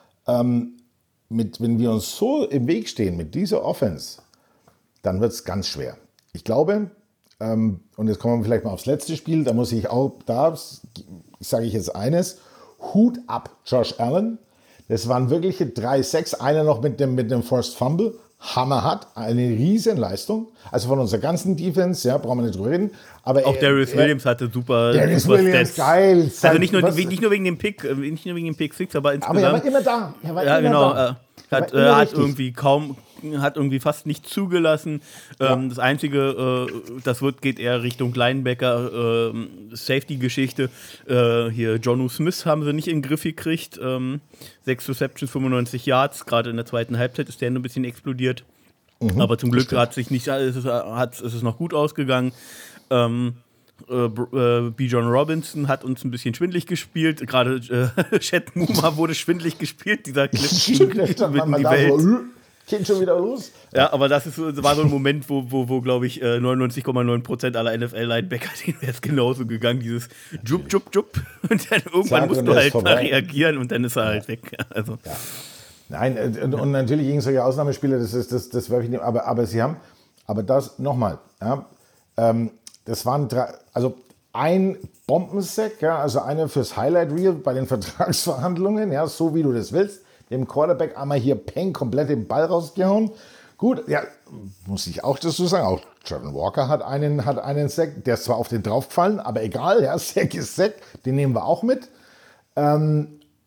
Ähm, mit, wenn wir uns so im Weg stehen mit dieser Offense, dann wird es ganz schwer. Ich glaube, ähm, und jetzt kommen wir vielleicht mal aufs letzte Spiel, da muss ich auch, da sage ich jetzt eines, Hut ab, Josh Allen. Das waren wirkliche drei sechs, einer noch mit dem, mit dem Forced Fumble. Hammer hat, eine riesen Leistung. Also von unserer ganzen Defense, ja, brauchen wir nicht drüber reden. Aber auch Darius Williams hatte super, Darius super Williams, Stats. geil. Also nicht nur, nicht nur wegen dem Pick, nicht nur wegen dem Pick six, aber insgesamt. Aber er war immer da. Er war ja, immer genau. Da. Er hat, er hat irgendwie kaum, hat irgendwie fast nicht zugelassen. Ja. Ähm, das Einzige, äh, das wird, geht eher Richtung Linebacker, äh, Safety-Geschichte. Äh, hier Jonnu Smith haben sie nicht in den Griff gekriegt. Ähm, sechs Receptions, fünfundneunzig Yards. Gerade in der zweiten Halbzeit ist der ein bisschen explodiert. Mhm, aber zum Glück hat sich nicht, ist es, hat, ist es noch gut ausgegangen. Ähm, äh, äh, Bijan Robinson hat uns ein bisschen schwindelig gespielt. Gerade äh, Chet Muma wurde schwindelig gespielt. Dieser Clip ging in die Welt. So, geht schon wieder los. Ja, aber das, ist, das war so ein Moment, wo, wo, wo glaube ich, neunundneunzig Komma neun Prozent aller N F L-Linebacker, denen wäre es genauso gegangen. Dieses Jupp, Jupp, Jupp. Und dann irgendwann Sag, musst du halt mal reagieren und dann ist er ja. halt weg. Also. Ja. Nein, und, und natürlich gegen solche Ausnahmespieler, das ist das, das werfe ich nicht, aber, aber sie haben, aber das nochmal, ja, ähm, das waren drei, also ein Bombensack, ja, also einer fürs Highlight Reel bei den Vertragsverhandlungen, ja, so wie du das willst, dem Quarterback einmal hier Peng komplett den Ball rausgehauen. Gut, ja, muss ich auch dazu sagen, auch Jordan Walker hat einen, hat einen Sack, der ist zwar auf den draufgefallen, aber egal, ja, Sack ist Sack, den nehmen wir auch mit. Ähm,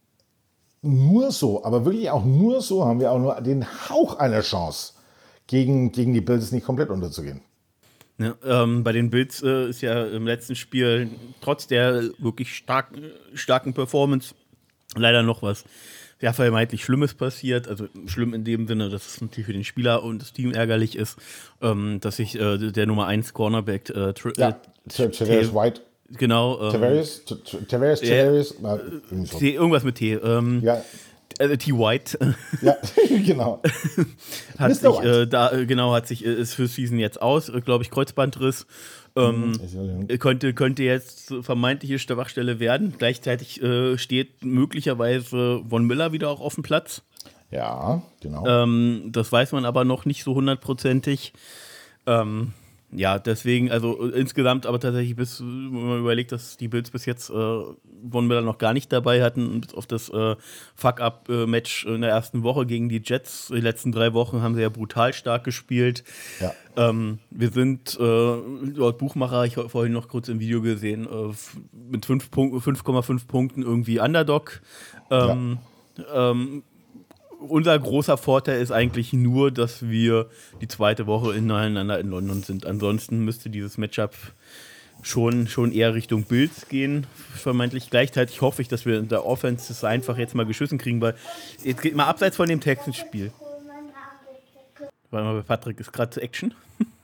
Nur so, aber wirklich auch nur so haben wir auch nur den Hauch einer Chance, gegen, gegen die Bills nicht komplett unterzugehen. Ja, ähm, bei den Bills äh, ist ja im letzten Spiel trotz der wirklich stark, starken Performance leider noch was ja, vermeintlich Schlimmes passiert. Also schlimm in dem Sinne, dass es natürlich für den Spieler und das Team ärgerlich ist, ähm, dass sich äh, der Nummer eins Cornerback äh, Tr- ja, Tre'Davious White. Genau. Ähm, Tavares, Tavares, Tavares, ja, T, irgendwas mit T. Ähm, ja. Äh, T. White. Ja, genau. hat sich, äh, da, genau, hat sich, ist für Season jetzt aus, äh, glaube ich, Kreuzbandriss. Ähm, mhm. könnte, könnte jetzt vermeintliche Schwachstelle werden. Gleichzeitig äh, steht möglicherweise Von Miller wieder auch auf dem Platz. Ja, genau. Ähm, das weiß man aber noch nicht so hundertprozentig. Ähm, Ja, deswegen, also äh, insgesamt, aber tatsächlich, bis, wenn man überlegt, dass die Bills bis jetzt äh, Von Miller noch gar nicht dabei hatten, bis auf das äh, Fuck-Up-Match in der ersten Woche gegen die Jets. Die letzten drei Wochen haben sie ja brutal stark gespielt. Ja. Ähm, wir sind, äh, laut Buchmacher, ich habe vorhin noch kurz im Video gesehen, äh, mit fünf Komma fünf Punkten irgendwie Underdog. Ähm, ja. ähm, Unser großer Vorteil ist eigentlich nur, dass wir die zweite Woche ineinander in London sind. Ansonsten müsste dieses Matchup schon, schon eher Richtung Bills gehen, vermeintlich. Gleichzeitig hoffe ich, dass wir in der Offense das einfach jetzt mal geschissen kriegen, weil jetzt geht mal abseits von dem Texans-Spiel. Warte mal, bei Patrick ist gerade Action.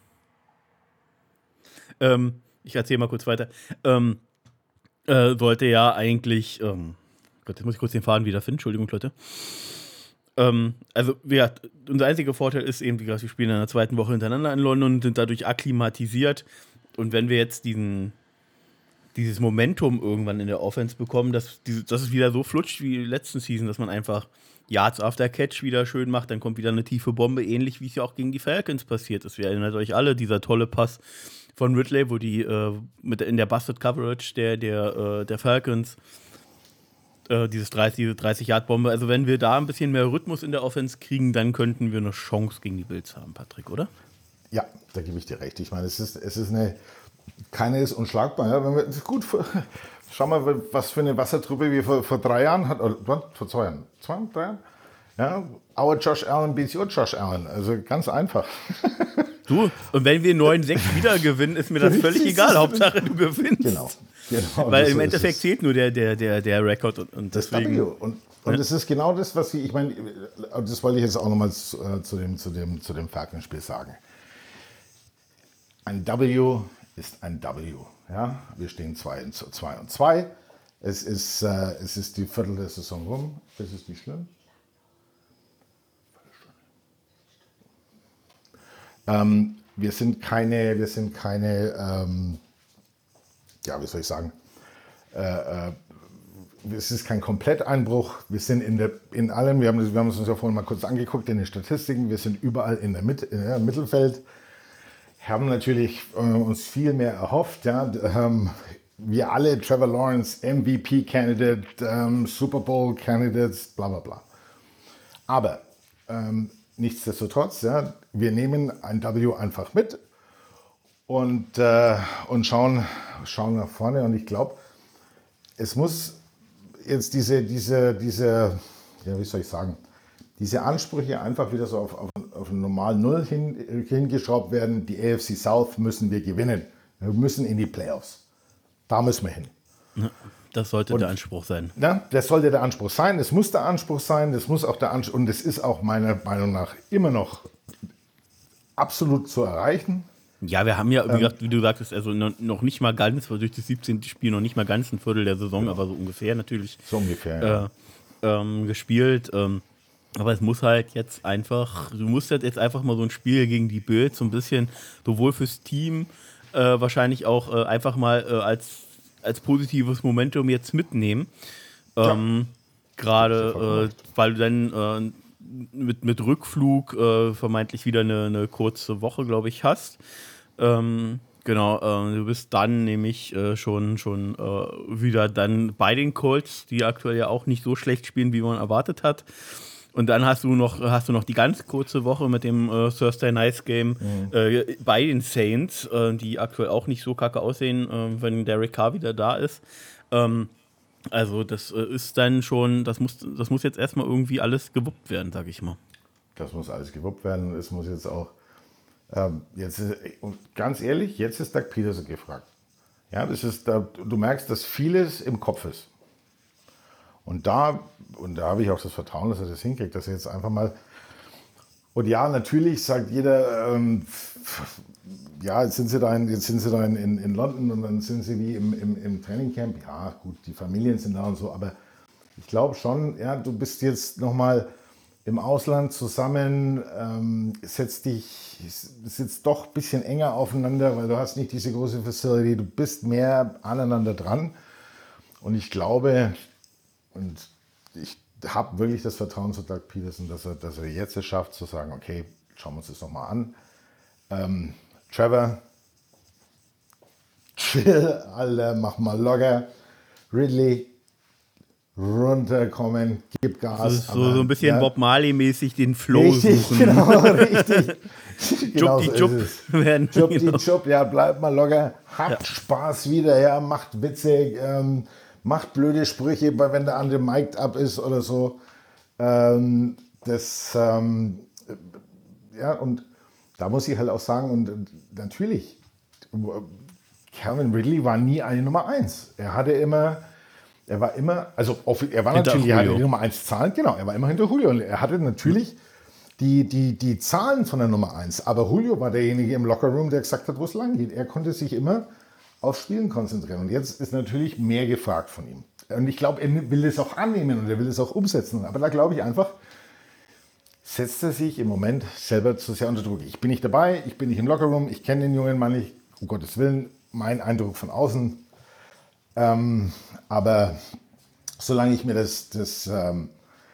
ähm, ich erzähle mal kurz weiter. Ähm, äh, sollte ja eigentlich, ähm, Gott, jetzt muss ich kurz den Faden wiederfinden, Entschuldigung, Leute. Ähm, also, ja, unser einziger Vorteil ist eben, wie gesagt, wir spielen in der zweiten Woche hintereinander in London und sind dadurch akklimatisiert. Und wenn wir jetzt diesen, dieses Momentum irgendwann in der Offense bekommen, dass, diese, dass es wieder so flutscht wie letzten Season, dass man einfach Yards after Catch wieder schön macht, dann kommt wieder eine tiefe Bombe, ähnlich wie es ja auch gegen die Falcons passiert ist. Wir erinnert euch alle, dieser tolle Pass von Ridley, wo die äh, mit in der Busted Coverage der, der, äh, der Falcons äh, dieses dreißig, diese dreißig-Yard-Bombe, also wenn wir da ein bisschen mehr Rhythmus in der Offense kriegen, dann könnten wir eine Chance gegen die Bills haben, Patrick, oder? Ja, da gebe ich dir recht. Ich meine, es ist, es ist eine, keine ist unschlagbar. Ja? Wenn wir, gut, schau mal, was für eine Wassertruppe wir vor, vor drei Jahren hat, oder vor zwei Jahren, zwei, drei Jahren? Ja, our Josh Allen beats your Josh Allen. Also ganz einfach. Du, und wenn wir neun sechs wieder gewinnen, ist mir das völlig egal. Hauptsache, du gewinnst. Genau. genau Weil im Endeffekt zählt nur der, der, der, der Rekord. Und, und das deswegen, W. Und, und das ist genau das, was ich, ich meine, das wollte ich jetzt auch nochmal zu, äh, zu dem, zu dem, zu dem Falcons-Spiel sagen. Ein W ist ein W. Ja? Wir stehen zwei und zwei. Es ist, äh, es ist die Viertel der Saison rum. Es ist nicht schlimm. Ähm, wir sind keine, wir sind keine, ähm, ja, wie soll ich sagen, äh, äh, es ist kein Kompletteinbruch. Wir sind in, der, in allem, wir haben, wir haben es uns ja vorhin mal kurz angeguckt in den Statistiken, wir sind überall in der Mit, in der Mittelfeld. Haben natürlich äh, uns viel mehr erhofft. Ja. Ähm, wir alle, Trevor Lawrence, M V P-Candidate, ähm, Super Bowl-Candidates, bla bla bla. Aber ähm, nichtsdestotrotz, ja, wir nehmen ein W einfach mit und, äh, und schauen, schauen nach vorne. Und ich glaube, es muss jetzt diese, diese, diese, ja, wie soll ich sagen, diese Ansprüche einfach wieder so auf, auf, auf ein normal Null hin, hingeschraubt werden. Die A F C South müssen wir gewinnen. Wir müssen in die Playoffs. Da müssen wir hin. Das sollte und, der Anspruch sein. Ja, das sollte der Anspruch sein. Es muss der Anspruch sein. Das muss auch der Anspruch, und es ist auch meiner Meinung nach immer noch absolut zu erreichen. Ja, wir haben ja, wie, gesagt, wie du sagtest, also noch nicht mal ganz, durch das siebzehnte Spiel noch nicht mal ganz ein Viertel der Saison, genau. aber so ungefähr natürlich. So ungefähr, ja. äh, ähm, gespielt. Ähm, aber es muss halt jetzt einfach, du musst halt jetzt einfach mal so ein Spiel gegen die Bills so ein bisschen, sowohl fürs Team, äh, wahrscheinlich auch äh, einfach mal äh, als, als positives Momentum jetzt mitnehmen. Ähm, ja. Gerade, äh, weil du dann äh, mit, mit Rückflug äh, vermeintlich wieder eine, eine kurze Woche, glaube ich, hast. Ähm, genau, äh, du bist dann nämlich äh, schon, schon äh, wieder dann bei den Colts, die aktuell ja auch nicht so schlecht spielen, wie man erwartet hat. Und dann hast du noch, hast du noch die ganz kurze Woche mit dem äh, Thursday Night Game mhm. äh, bei den Saints, äh, die aktuell auch nicht so kacke aussehen, äh, wenn Derek Carr wieder da ist. Ähm, also das äh, ist dann schon, das muss, das muss jetzt erstmal irgendwie alles gewuppt werden, sag ich mal. Das muss alles gewuppt werden. Es muss jetzt auch, ähm, jetzt ist, ganz ehrlich, jetzt ist Doug Peterson gefragt. Ja, das ist, da, du merkst, dass vieles im Kopf ist. Und da, und da habe ich auch das Vertrauen, dass er das hinkriegt, dass er jetzt einfach mal, und ja, natürlich sagt jeder, ähm, ja, jetzt sind sie da, in, jetzt sind sie da in, in, in London und dann sind sie wie im, im, im Trainingcamp. Ja, gut, die Familien sind da und so, aber ich glaube schon, ja, du bist jetzt nochmal im Ausland zusammen, ähm, setzt dich, sitzt doch ein bisschen enger aufeinander, weil du hast nicht diese große Facility, du bist mehr aneinander dran. Und ich glaube, und ich habe wirklich das Vertrauen zu Doug Peterson, dass er, dass er jetzt es schafft, zu sagen, okay, schauen wir uns das nochmal an. Ähm, Trevor, chill, Alter, mach mal locker. Ridley, runterkommen, gib Gas. So, so, aber, so ein bisschen ja, Bob Marley-mäßig den Flow richtig, suchen. Genau, richtig. Genau Jupp die so Jupp werden. Jupp genau. die Jupp, ja, bleibt mal locker, habt ja. Spaß wieder, ja, macht Witze, ähm, macht blöde Sprüche, wenn der andere mic'd up ist oder so. Ähm, das, ähm, ja, und da muss ich halt auch sagen, und natürlich, Calvin Ridley war nie eine Nummer eins. Er hatte immer, er war immer, also er war hinter natürlich, er hatte Julio. die Nummer eins Zahlen, genau, er war immer hinter Julio. Und er hatte natürlich die, die, die Zahlen von der Nummer eins. Aber Julio war derjenige im Lockerroom, der gesagt hat, wo es lang geht. Er konnte sich immer auf Spielen konzentrieren. Und jetzt ist natürlich mehr gefragt von ihm. Und ich glaube, er will es auch annehmen und er will es auch umsetzen. Aber da glaube ich einfach, setzt er sich im Moment selber zu sehr unter Druck. Ich bin nicht dabei, ich bin nicht im Lockerroom, ich kenne den jungen Mann nicht, um Gottes Willen, mein Eindruck von außen. Ähm, aber solange ich mir das, das ähm,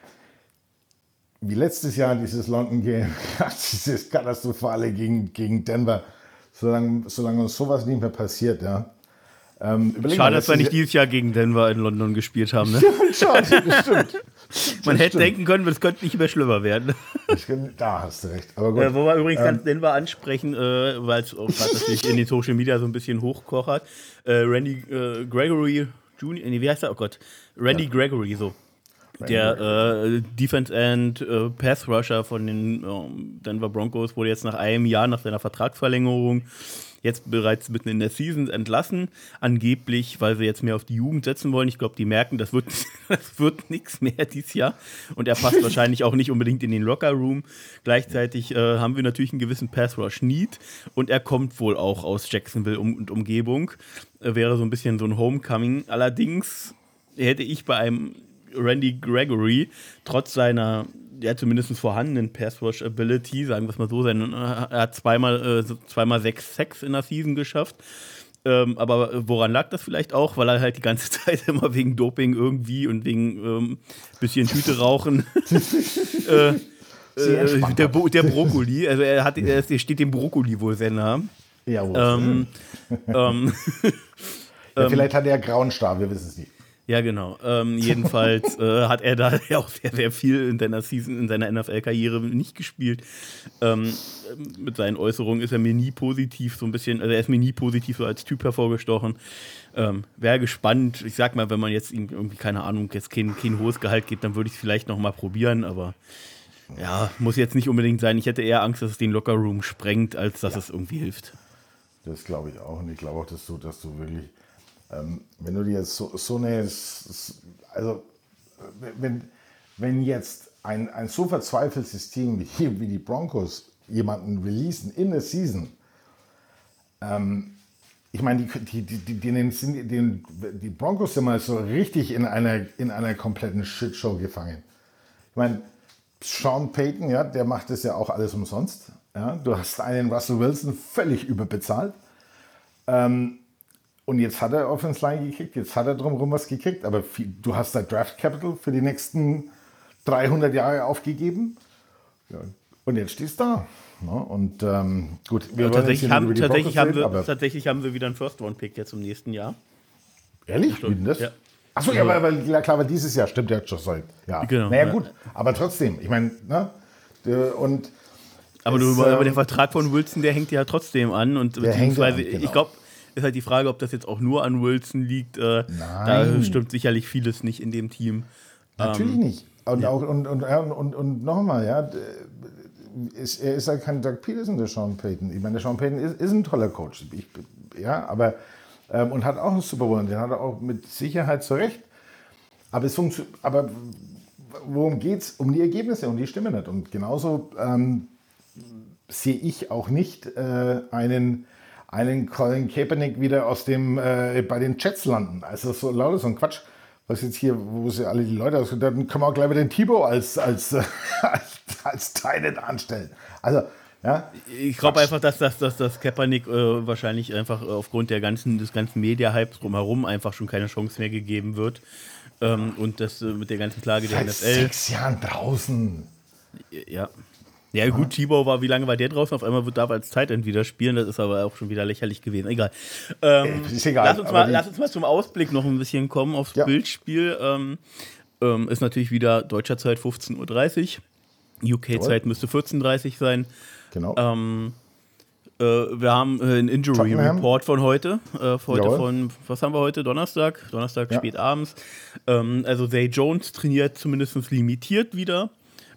wie letztes Jahr dieses London Game, dieses Katastrophale gegen, gegen Denver, solange, solange uns sowas nicht mehr passiert, ja. Ähm, Schade, dass wir nicht dieses Jahr gegen Denver in London gespielt haben. Ne? Schade, das stimmt. Man hätte denken können, es könnte nicht mehr schlimmer werden. Da hast du recht. Aber gut. Äh, wo wir übrigens Ähm, ganz Denver ansprechen, äh, weil es auch gerade natürlich in den Social Media so ein bisschen hochkochert. Äh, Randy äh, Gregory Junior, nee, wie heißt er? Oh Gott. Randy Ja. Gregory, so. Randy Der äh, Defense End äh, Pass Rusher von den äh, Denver Broncos wurde jetzt nach einem Jahr nach seiner Vertragsverlängerung jetzt bereits mitten in der Season entlassen, angeblich, weil sie jetzt mehr auf die Jugend setzen wollen. Ich glaube, die merken, das wird, das wird nichts mehr dieses Jahr und er passt wahrscheinlich auch nicht unbedingt in den Locker-Room. Gleichzeitig äh, haben wir natürlich einen gewissen Pass-Rush-Need und er kommt wohl auch aus Jacksonville um, und Umgebung. Äh, wäre so ein bisschen so ein Homecoming. Allerdings hätte ich bei einem Randy Gregory trotz seiner ja, zumindest vorhandenen Pass-Rush-Ability, sagen wir es mal so, sein, er hat zweimal, äh, zweimal sechs Sacks in der Season geschafft. Ähm, aber woran lag das vielleicht auch? Weil er halt die ganze Zeit immer wegen Doping irgendwie und wegen ähm, bisschen Tüte rauchen äh, äh, der, Bo- der Brokkoli, also er, hat, er steht dem Brokkoli wohl sehr nah. Ja, wohl. Ähm, ähm, ja, vielleicht hat er grauen Star, wir wissen es nicht. Ja, genau. Ähm, jedenfalls äh, hat er da ja auch sehr, sehr viel in seiner Season, in seiner N F L-Karriere nicht gespielt. Ähm, mit seinen Äußerungen ist er mir nie positiv so ein bisschen, also er ist mir nie positiv so als Typ hervorgestochen. Ähm, Wäre gespannt. Ich sag mal, wenn man jetzt ihm irgendwie, keine Ahnung, jetzt kein, kein hohes Gehalt gibt, dann würde ich es vielleicht noch mal probieren, aber ja, muss jetzt nicht unbedingt sein. Ich hätte eher Angst, dass es den Lockerroom sprengt, als dass ja. es irgendwie hilft. Das glaube ich auch. Und ich glaube auch, dass du, dass du wirklich Ähm, wenn du dir jetzt so, so eine, also wenn, wenn jetzt ein, ein so verzweifeltes Team wie, wie die Broncos jemanden releasen in der Season, ähm, ich meine, die, die, die, die, die, die, die Broncos sind mal so richtig in einer, in einer kompletten Shitshow gefangen. Ich meine, Sean Payton, ja, der macht das ja auch alles umsonst. Ja? Du hast einen Russell Wilson völlig überbezahlt. Ähm, Und jetzt hat er Offense Line gekriegt, jetzt hat er drumherum was gekriegt, aber viel, du hast da Draft Capital für die nächsten dreihundert Jahre aufgegeben. Ja, und jetzt stehst du da. Ja, und ähm, gut, wir ja, wollen tatsächlich, haben, tatsächlich, haben reden, wir, aber tatsächlich haben wir wieder einen First-Round-Pick jetzt im nächsten Jahr. Ehrlich? Wie denn das? Ja. Achso, ja, aber, aber ja, klar, aber dieses Jahr stimmt ja schon so. Ja, genau, naja, ja. gut, aber trotzdem, ich meine, ne? Und aber, es, du, aber der ähm, Vertrag von Wilson, der hängt ja trotzdem an. Und Der hängt ja an, beziehungsweise, genau. ich glaube, ist halt die Frage, ob das jetzt auch nur an Wilson liegt. Äh, da stimmt sicherlich vieles nicht in dem Team. Natürlich ähm, nicht. Und, ja. auch, und, und, und, und, und nochmal, ja, ist, er ist halt kein Doug Peterson, der Sean Payton. Ich meine, der Sean Payton ist, ist ein toller Coach. Ich, ja, aber, ähm, und hat auch einen Super Bowl, den hat er auch mit Sicherheit zurecht. Aber, es funktio- aber worum geht es? Um die Ergebnisse und die stimmen nicht. Und genauso ähm, sehe ich auch nicht äh, einen, einen Colin Kaepernick wieder aus dem, äh, bei den Jets landen. Also so lauter so ein Quatsch, was jetzt hier, wo sie alle die Leute ausgedacht haben, dann können wir auch gleich wieder den Thibaut als, als, äh, als, als Tight anstellen. Also, ja. Ich glaube einfach, dass das dass, dass Kaepernick äh, wahrscheinlich einfach aufgrund der ganzen, des ganzen Media-Hypes drumherum einfach schon keine Chance mehr gegeben wird. Ähm, und das äh, mit der ganzen Klage der Seit N F L. sechs Jahren draußen. Ja. Ja, gut, Thibaut war, wie lange war der draußen? Auf einmal wird er als Tight End wieder spielen, das ist aber auch schon wieder lächerlich gewesen. Egal. Ähm, ist egal. Lass uns, mal, die, lass uns mal zum Ausblick noch ein bisschen kommen aufs Ja. Bildspiel. Ähm, ähm, ist natürlich wieder deutscher Zeit fünfzehn Uhr dreißig. U K-Zeit müsste vierzehn Uhr dreißig sein. Genau. Ähm, äh, wir haben äh, einen Injury Tottenham. Report von heute. Äh, von, heute Jawohl. von, was haben wir heute? Donnerstag? Donnerstag Ja. spät abends. Ähm, also Zay Jones trainiert zumindest limitiert wieder.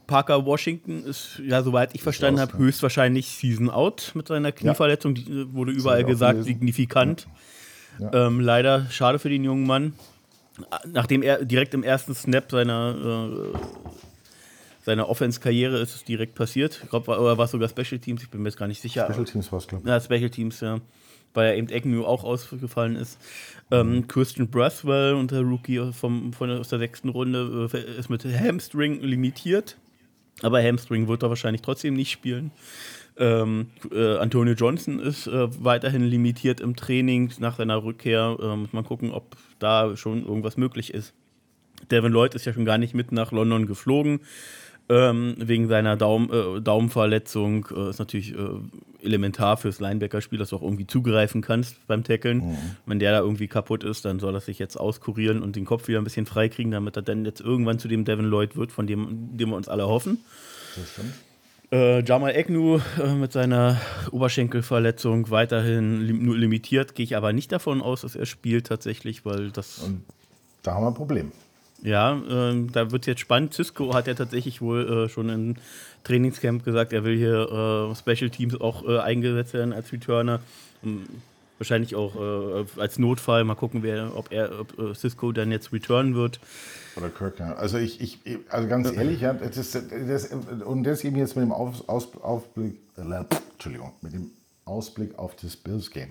Parker Washington ist, ja, soweit ich verstanden habe, höchstwahrscheinlich Season Out mit seiner Knieverletzung. Die äh, wurde überall gesagt, signifikant. Ja. Ja. Ähm, leider, schade für den jungen Mann. Nachdem er direkt im ersten Snap seiner, äh, seiner Offense-Karriere ist es direkt passiert. Ich glaube, war, war es sogar Special Teams, ich bin mir jetzt gar nicht sicher. Special Teams war es, glaube ich. Ja, Special Teams, ja. Weil ja eben Agnew auch ausgefallen ist. Ähm, Christian Braswell, unser Rookie vom, von, aus der sechsten Runde, äh, ist mit Hamstring limitiert. Aber Hamstring wird er wahrscheinlich trotzdem nicht spielen. Ähm, äh, Antonio Johnson ist äh, weiterhin limitiert im Training nach seiner Rückkehr. Äh, muss man gucken, ob da schon irgendwas möglich ist. Devin Lloyd ist ja schon gar nicht mit nach London geflogen. Ähm, wegen seiner Daum, äh, Daumenverletzung äh, ist natürlich äh, elementar fürs Linebacker-Spiel, dass du auch irgendwie zugreifen kannst beim Tackeln. Mhm. Wenn der da irgendwie kaputt ist, dann soll er sich jetzt auskurieren und den Kopf wieder ein bisschen freikriegen, damit er dann jetzt irgendwann zu dem Devin Lloyd wird, von dem, dem wir uns alle hoffen. Das stimmt. Äh, Jamal Agnew äh, mit seiner Oberschenkelverletzung weiterhin lim- nur limitiert, gehe ich aber nicht davon aus, dass er spielt tatsächlich, weil das... Und da haben wir ein Problem. Ja, äh, da wird es jetzt spannend. Cisco hat ja tatsächlich wohl äh, schon im Trainingscamp gesagt, er will hier äh, Special Teams auch äh, eingesetzt werden als Returner. Um, wahrscheinlich auch äh, als Notfall. Mal gucken, wer, ob er, ob äh, Cisco dann jetzt returnen wird. Oder Kirk, ja. Also ich, ich, also ganz ehrlich, ja, das ist, das, und das eben jetzt mit dem Aus, Aus, Aufblick, äh, Entschuldigung, mit dem Ausblick auf das Bills-Game.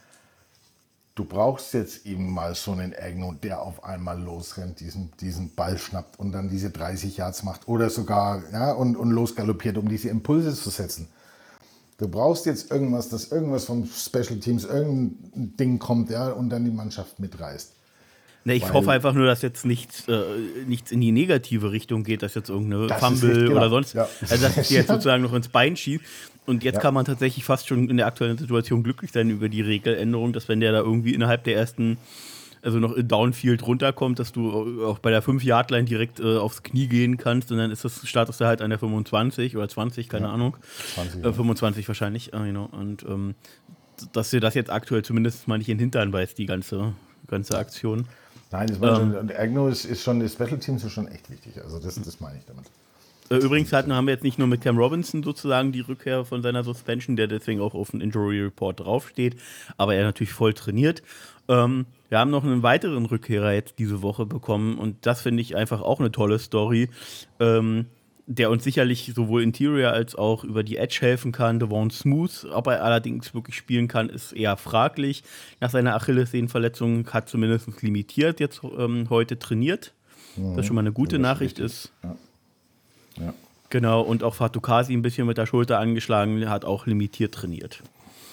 Du brauchst jetzt eben mal so einen Agnew, der auf einmal losrennt, diesen, diesen Ball schnappt und dann diese dreißig Yards macht oder sogar ja, und, und losgaloppiert, um diese Impulse zu setzen. Du brauchst jetzt irgendwas, dass irgendwas vom Special Teams, irgendein Ding kommt, ja, und dann die Mannschaft mitreißt. Ne, ich Weil, hoffe einfach nur, dass jetzt nichts, äh, nichts in die negative Richtung geht, dass jetzt irgendeine Fumble genau. oder sonst, ja. also dass es jetzt sozusagen noch ins Bein schießt. Und jetzt ja. kann man tatsächlich fast schon in der aktuellen Situation glücklich sein über die Regeländerung, dass wenn der da irgendwie innerhalb der ersten, also noch in Downfield runterkommt, dass du auch bei der fünf-Yard-Line direkt äh, aufs Knie gehen kannst und dann ist das, startest du halt an der fünfundzwanzig oder zwanzig, keine ja. Ahnung. zwanzig, äh, fünfundzwanzig wahrscheinlich, äh, genau. Und ähm, dass dir das jetzt aktuell zumindest mal nicht in den Hintern beißt, die ganze, ganze Aktion. Nein, das war ähm, schon, und Agnew ist, ist schon, das Special Teams ist schon echt wichtig. Also das, das meine ich damit. Übrigens hatten, haben wir jetzt nicht nur mit Cam Robinson sozusagen die Rückkehr von seiner Suspension, der deswegen auch auf dem Injury Report draufsteht, aber er natürlich voll trainiert. Ähm, wir haben noch einen weiteren Rückkehrer jetzt diese Woche bekommen und das finde ich einfach auch eine tolle Story, ähm, der uns sicherlich sowohl Interior als auch über die Edge helfen kann. Devon Smooth, ob er allerdings wirklich spielen kann, ist eher fraglich. Nach seiner Achillessehnenverletzung hat zumindest limitiert jetzt ähm, heute trainiert, mhm. was schon mal eine gute ja, Nachricht ist. Ja. Ja. Genau, und auch Fatukasi ein bisschen mit der Schulter angeschlagen, hat auch limitiert trainiert.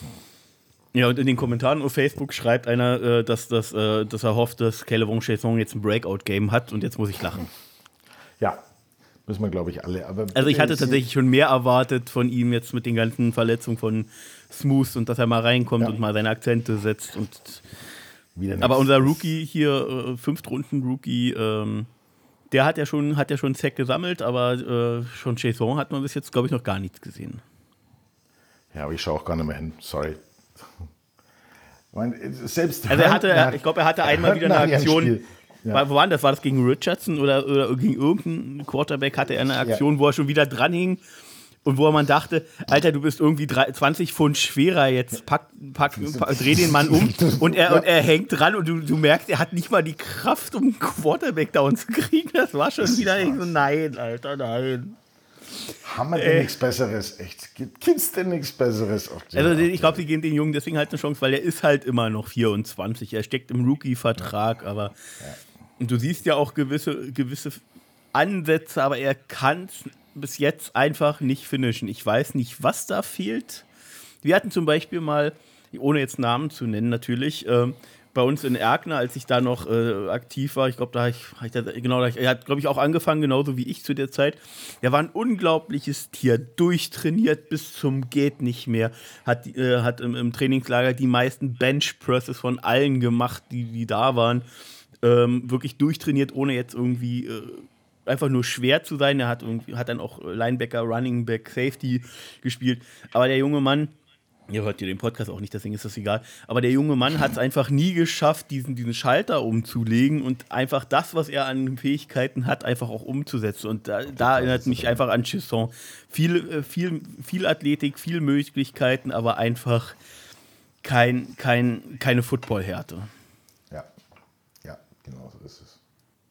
Ja, und in den Kommentaren auf Facebook schreibt einer, äh, dass, dass, äh, dass er hofft, dass Kelvon Chaisson jetzt ein Breakout-Game hat und jetzt muss ich lachen. Ja, müssen wir, glaube ich, alle. Aber also ich hatte tatsächlich schon mehr erwartet von ihm jetzt mit den ganzen Verletzungen von Smooth und dass er mal reinkommt ja. und mal seine Akzente setzt. Und aber unser Rookie hier, äh, Fünftrunden-Rookie, ähm, der hat ja schon, hat ja schon einen Sack gesammelt, aber äh, schon Chaisson hat man bis jetzt, glaube ich, noch gar nichts gesehen. Ja, aber ich schaue auch gar nicht mehr hin. Sorry. Ich meine, selbst also er hatte, er, ich glaube, er hatte einmal wieder eine Aktion. Ja. Wo war das? War das gegen Richardson oder, oder gegen irgendeinen Quarterback? Hatte er eine Aktion, ja. wo er schon wieder dran hing und wo man dachte, Alter, du bist irgendwie zwanzig Pfund schwerer, jetzt pack, pack, pack, dreh den Mann um und er, ja. und er hängt dran und du, du merkst, er hat nicht mal die Kraft, um einen Quarterback down zu kriegen. Das war schon das wieder so, nein, Alter, nein. Haben wir denn äh, nichts Besseres? Echt? Gibt es denn nichts Besseres? Also ich glaube, sie geben den Jungen deswegen halt eine Chance, weil er ist halt immer noch vierundzwanzig. Er steckt im Rookie-Vertrag, aber ja. Und du siehst ja auch gewisse, gewisse Ansätze, aber er kann es bis jetzt einfach nicht finishen. Ich weiß nicht, was da fehlt. Wir hatten zum Beispiel mal, ohne jetzt Namen zu nennen natürlich, äh, bei uns in Erkner, als ich da noch äh, aktiv war, ich glaube, da habe ich, hab ich da, genau, da, er hat, glaube ich, auch angefangen, genauso wie ich zu der Zeit. Er war ein unglaubliches Tier, durchtrainiert bis zum geht nicht mehr, hat, äh, hat im, im Trainingslager die meisten Benchpresses von allen gemacht, die, die da waren. Ähm, wirklich durchtrainiert, ohne jetzt irgendwie äh, einfach nur schwer zu sein. Er hat, irgendwie, hat dann auch Linebacker, Running Back, Safety gespielt. Aber der junge Mann Ihr hört ja den Podcast auch nicht, deswegen ist das egal. Aber der junge Mann hat es einfach nie geschafft, diesen, diesen Schalter umzulegen und einfach das, was er an Fähigkeiten hat, einfach auch umzusetzen. Und da, da erinnert mich einfach an Chiasson. Viel, viel, viel Athletik, viel Möglichkeiten, aber einfach kein, kein, keine Football-Härte. Ja, ja, genau so ist es.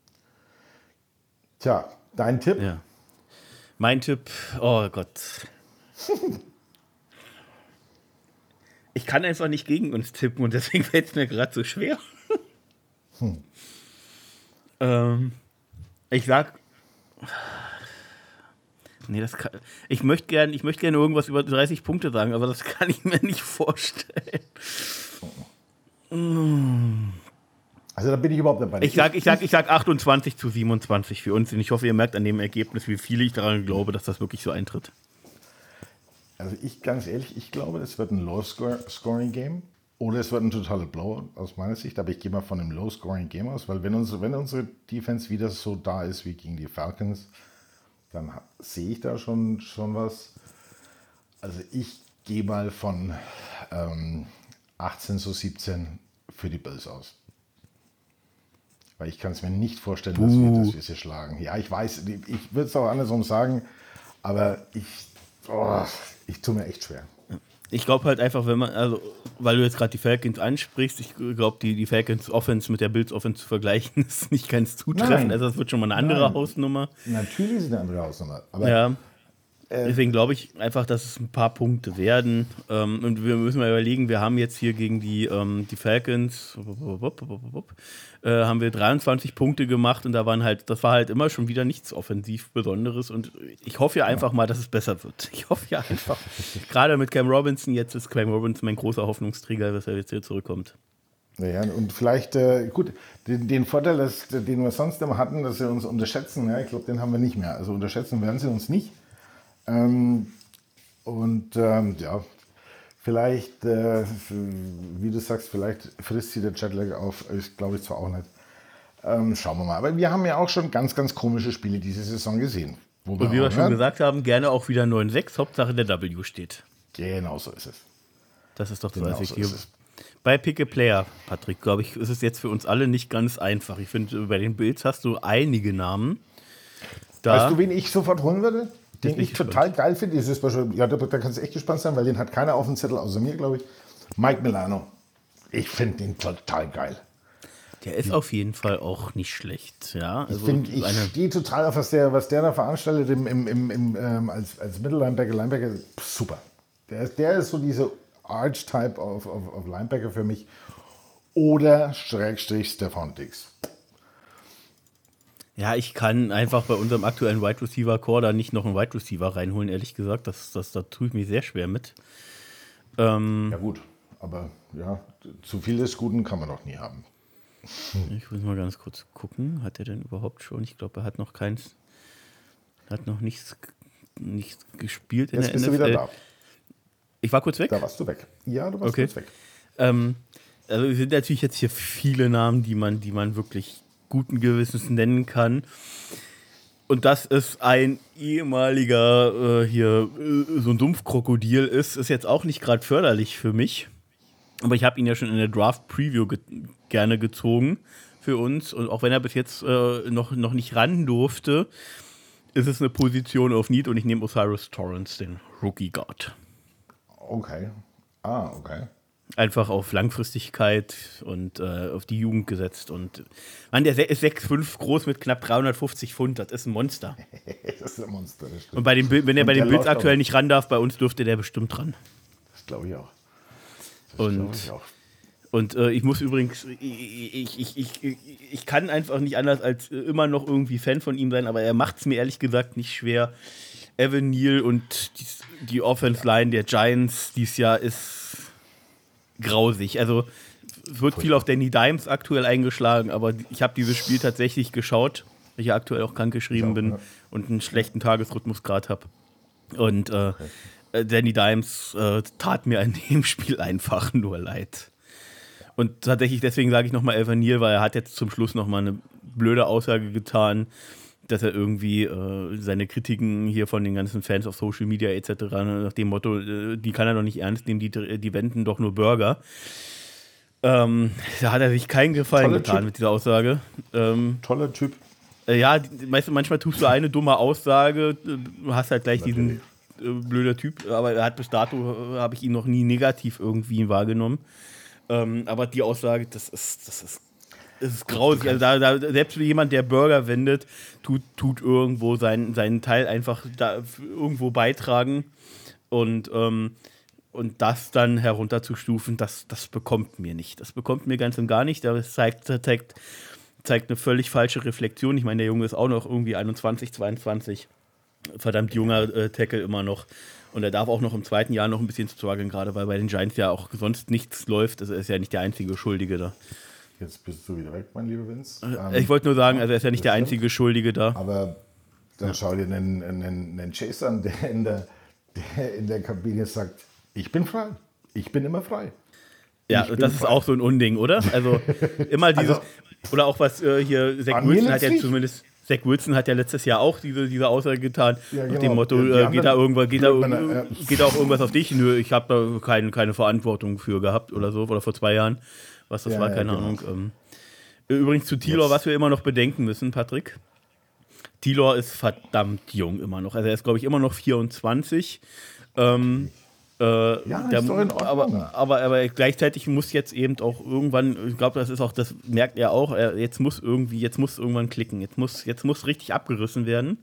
Tja, dein Tipp? Ja. Mein Tipp, oh Gott. Ich kann einfach nicht gegen uns tippen und deswegen fällt es mir gerade so schwer. hm. ähm, ich sag. Nee, das kann, ich möchte gerne ich möcht gern irgendwas über dreißig Punkte sagen, aber das kann ich mir nicht vorstellen. Also da bin ich überhaupt dabei. Ich sag, ich sag, ich sag achtundzwanzig zu siebenundzwanzig für uns und ich hoffe, ihr merkt an dem Ergebnis, wie viel ich daran glaube, dass das wirklich so eintritt. Also ich, ganz ehrlich, ich glaube, es wird ein Low-Scoring-Game oder es wird ein totaler Blowout aus meiner Sicht, aber ich gehe mal von einem Low-Scoring-Game aus, weil wenn unsere, wenn unsere Defense wieder so da ist wie gegen die Falcons, dann sehe ich da schon, schon was. Also ich gehe mal von ähm, achtzehn zu siebzehn für die Bills aus. Weil ich kann es mir nicht vorstellen, dass wir, dass wir sie schlagen. Ja, ich weiß, ich würde es auch andersrum sagen, aber ich... Oh, ich tue mir echt schwer. Ich glaube halt einfach, wenn man, also, weil du jetzt gerade die Falcons ansprichst, ich glaube, die, die Falcons Offense mit der Bills Offense zu vergleichen, ist nicht ganz zutreffend. Nein. Also, das wird schon mal eine andere Nein. Hausnummer. Natürlich ist es eine andere Hausnummer. Aber, ja. Äh, Deswegen glaube ich einfach, dass es ein paar Punkte werden. Ähm, und wir müssen mal überlegen, wir haben jetzt hier gegen die, ähm, die Falcons äh, haben wir dreiundzwanzig Punkte gemacht und da waren halt, das war halt immer schon wieder nichts offensiv Besonderes und ich hoffe ja einfach mal, dass es besser wird. Ich hoffe ja einfach, gerade mit Cam Robinson, jetzt ist Cam Robinson mein großer Hoffnungsträger, dass er jetzt hier zurückkommt. Ja, und vielleicht, äh, gut, den, den Vorteil, dass, den wir sonst immer hatten, dass sie uns unterschätzen, ja, ich glaube, den haben wir nicht mehr. Also unterschätzen werden sie uns nicht. Ähm, und ähm, ja, vielleicht, äh, wie du sagst, vielleicht frisst sie der Jetlag auf. Ich glaube ich zwar auch nicht. Ähm, schauen wir mal. Aber wir haben ja auch schon ganz, ganz komische Spiele diese Saison gesehen. Wo und wir wie wir schon gesagt haben, gerne auch wieder neun sechs, Hauptsache der W steht. Genau so ist es. Das ist doch das, genau was ich so hier... Bei Pick a Player, Patrick, glaube ich, ist es jetzt für uns alle nicht ganz einfach. Ich finde, bei den Bills hast du einige Namen. Da weißt du, wen ich sofort holen würde? Den ich total geil finde, ist Beispiel, ja, da, da kannst du echt gespannt sein, weil den hat keiner auf dem Zettel außer mir, glaube ich. Mike Milano. Ich finde den total geil. Der ist auf jeden Fall auch nicht schlecht. Ja? Also ich finde, ich stehe total auf, was der, was der da veranstaltet im, im, im, im, ähm, als, als Mittellinebacker, Linebacker. Super. Der ist, der ist so diese Archetype of, of, of Linebacker für mich. Oder Schrägstrich Stefan Diggs. Ja, ich kann einfach bei unserem aktuellen Wide Receiver Core da nicht noch einen Wide Receiver reinholen, ehrlich gesagt. Das, das, da tue ich mir sehr schwer mit. Ähm, ja gut, aber ja, zu viel des Guten kann man doch nie haben. Ich muss mal ganz kurz gucken. Hat er denn überhaupt schon? Ich glaube, er hat noch keins, hat noch nichts, nichts gespielt in Jetzt der bist N F L. Du wieder da. Ich war kurz weg? Da warst du weg. Ja, du warst okay. kurz weg. Ähm, also es sind natürlich jetzt hier viele Namen, die man, die man wirklich guten Gewissens nennen kann. Und dass es ein ehemaliger äh, hier äh, so ein Dumpfkrokodil ist, ist jetzt auch nicht gerade förderlich für mich. Aber ich habe ihn ja schon in der Draft-Preview ge- gerne gezogen für uns. Und auch wenn er bis jetzt äh, noch, noch nicht ran durfte, ist es eine Position auf Need und ich nehme Osiris Torrance, den Rookie Guard. Okay. Ah, okay. Einfach auf Langfristigkeit und äh, auf die Jugend gesetzt. Und Mann, der ist sechs Komma fünf groß mit knapp dreihundertfünfzig Pfund. Das ist ein Monster. Das ist ein Monster, das stimmt. Und bei den, wenn er und bei den Bills aktuell nicht ran darf, bei uns dürfte der bestimmt dran. Das glaube ich auch. Das und glaube ich auch. Und äh, ich muss übrigens, ich, ich, ich, ich, ich kann einfach nicht anders als immer noch irgendwie Fan von ihm sein, aber er macht es mir ehrlich gesagt nicht schwer. Evan Neal und die, die Offense-Line der Giants dieses Jahr ist grausig. Also es wird viel auf Danny Dimes aktuell eingeschlagen, aber ich habe dieses Spiel tatsächlich geschaut, weil ich ja aktuell auch krankgeschrieben bin ja. und einen schlechten Tagesrhythmus gerade habe. Und äh, okay. Danny Dimes äh, tat mir in dem Spiel einfach nur leid. Und tatsächlich, deswegen sage ich nochmal Evan Neal, weil er hat jetzt zum Schluss nochmal eine blöde Aussage getan, dass er irgendwie äh, seine Kritiken hier von den ganzen Fans auf Social Media et cetera nach dem Motto, äh, die kann er doch nicht ernst nehmen, die, die wenden doch nur Burger. Ähm, da hat er sich keinen Gefallen Toller getan Typ. mit dieser Aussage. Ähm, Toller Typ. äh, ja, die, weißt du, manchmal tust du eine dumme Aussage, du hast halt gleich Natürlich. diesen äh, blöder Typ, aber er hat bis dato, äh, habe ich ihn noch nie negativ irgendwie wahrgenommen. Ähm, aber die Aussage, das ist, das ist, das ist grausig. Also da, da, selbst jemand, der Burger wendet, tut, tut irgendwo seinen, seinen Teil einfach da irgendwo beitragen. Und, ähm, und das dann herunterzustufen, das, das bekommt mir nicht. Das bekommt mir ganz und gar nicht. Das zeigt, zeigt, zeigt eine völlig falsche Reflexion. Ich meine, der Junge ist auch noch irgendwie einundzwanzig, zweiundzwanzig. Verdammt junger äh, Tackle immer noch. Und er darf auch noch im zweiten Jahr noch ein bisschen strugglen, gerade weil bei den Giants ja auch sonst nichts läuft. Also er ist ja nicht der einzige Schuldige da. Jetzt bist du wieder weg, mein lieber Vince. Ähm, ich wollte nur sagen, also er ist ja nicht der einzige Schuldige da. Aber dann ja. schau dir einen, einen, einen Chase an, der in der, der in der Kabine sagt, ich bin frei. Ich bin immer frei. Ja, ich das ist frei. Auch so ein Unding, oder? Also immer dieses, also, oder auch was äh, hier, Zach Wilson hat ja zumindest... Zach Wilson hat ja letztes Jahr auch diese, diese Aussage getan, ja, genau. Nach dem Motto, äh, geht, da irgendwas, geht, da, äh, geht da auch irgendwas auf dich? Nö, ich habe da kein, keine Verantwortung für gehabt oder so, oder vor zwei Jahren, was das ja, war, keine ja, Ahnung. Genau. Ähm, übrigens zu Tylor, was wir immer noch bedenken müssen, Patrick. Tylor ist verdammt jung immer noch, also er ist, glaube ich, immer noch vierundzwanzig. Ähm, Äh, ja, der, ist doch in Ordnung. Aber, aber, aber gleichzeitig muss jetzt eben auch irgendwann, ich glaube, das ist auch, das merkt er auch, er, jetzt muss irgendwie, jetzt muss irgendwann klicken, jetzt muss, jetzt muss richtig abgerissen werden.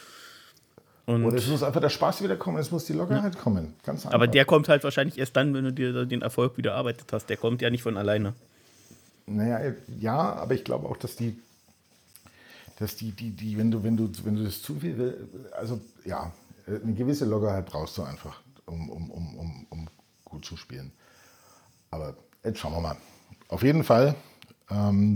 Und Oder es muss einfach der Spaß wieder kommen, es muss die Lockerheit ja. kommen. Ganz einfach. Aber der kommt halt wahrscheinlich erst dann, wenn du dir den Erfolg wieder erarbeitet hast. Der kommt ja nicht von alleine. Naja, ja, aber ich glaube auch, dass die, dass die, die, die, wenn du, wenn du, wenn du das zu viel, also ja, eine gewisse Lockerheit brauchst du einfach. Um, um, um, um, um gut zu spielen. Aber jetzt schauen wir mal. Auf jeden Fall. Ähm,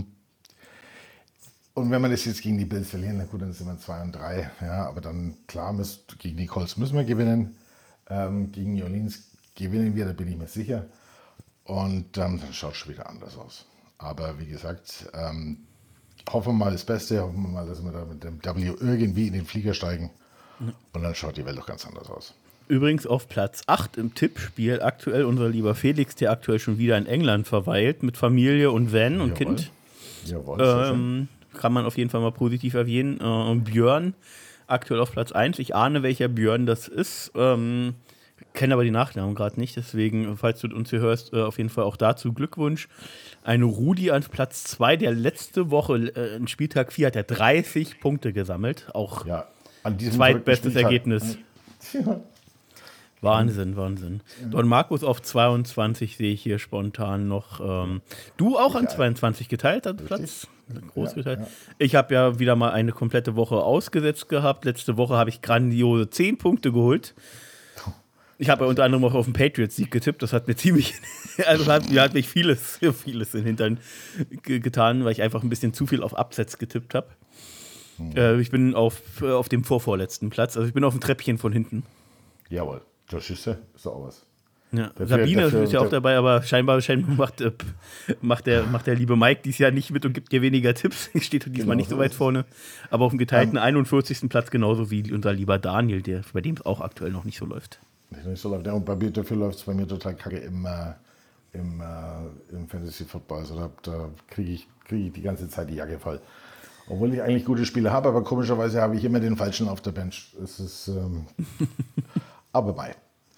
und wenn wir das jetzt gegen die Bills verlieren, na gut, dann sind wir zwei und drei. Ja, aber dann, klar, müsst, gegen die Colts müssen wir gewinnen. Ähm, gegen New Orleans gewinnen wir, da bin ich mir sicher. Und ähm, dann schaut es schon wieder anders aus. Aber wie gesagt, ähm, hoffen wir mal das Beste. Hoffen wir mal, dass wir da mit dem W irgendwie in den Flieger steigen. Mhm. Und dann schaut die Welt doch ganz anders aus. Übrigens auf Platz acht im Tippspiel aktuell unser lieber Felix, der aktuell schon wieder in England verweilt, mit Familie und Van und Jawohl. Kind. Jawohl, ähm, kann man auf jeden Fall mal positiv erwähnen. Äh, Björn, aktuell auf Platz eins. Ich ahne, welcher Björn das ist. Ähm, kenne aber die Nachnamen gerade nicht, deswegen, falls du uns hier hörst, äh, auf jeden Fall auch dazu Glückwunsch. Ein Rudi an Platz zwei, der letzte Woche, äh, in Spieltag vier, hat er dreißig Punkte gesammelt. Auch ja, an diesem zweitbestes Ergebnis. Ja. Wahnsinn, Wahnsinn. Don Markus auf zweiundzwanzig sehe ich hier spontan noch. Ähm, du auch an zweiundzwanzig geteilt, hat Platz? Groß ja, geteilt. Ja. Ich habe ja wieder mal eine komplette Woche ausgesetzt gehabt. Letzte Woche habe ich grandiose zehn Punkte geholt. Ich habe ja unter anderem auch auf den Patriots-Sieg getippt. Das hat mir ziemlich, also hat, mir hat mich vieles, vieles in den Hintern g- getan, weil ich einfach ein bisschen zu viel auf Upsets getippt habe. Hm. Äh, ich bin auf, auf dem vorvorletzten Platz. Also ich bin auf dem Treppchen von hinten. Jawohl. Das ist ja auch was. Ja. Dafür, Sabine dafür, ist ja auch dabei, aber scheinbar, scheinbar macht, äh, macht, der, macht der liebe Mike dieses Jahr nicht mit und gibt dir weniger Tipps. Steht diesmal genau nicht so weit vorne. Aber auf dem geteilten um, einundvierzigsten Platz genauso wie unser lieber Daniel, der, bei dem es auch aktuell noch nicht so läuft. Nicht so läuft. Ja, und bei mir, dafür läuft es bei mir total kacke im, äh, im, äh, im Fantasy-Football. Also da, da kriege ich, krieg ich die ganze Zeit die Jacke voll. Obwohl ich eigentlich gute Spiele habe, aber komischerweise habe ich immer den Falschen auf der Bench. Es ist... Ähm, aber bei.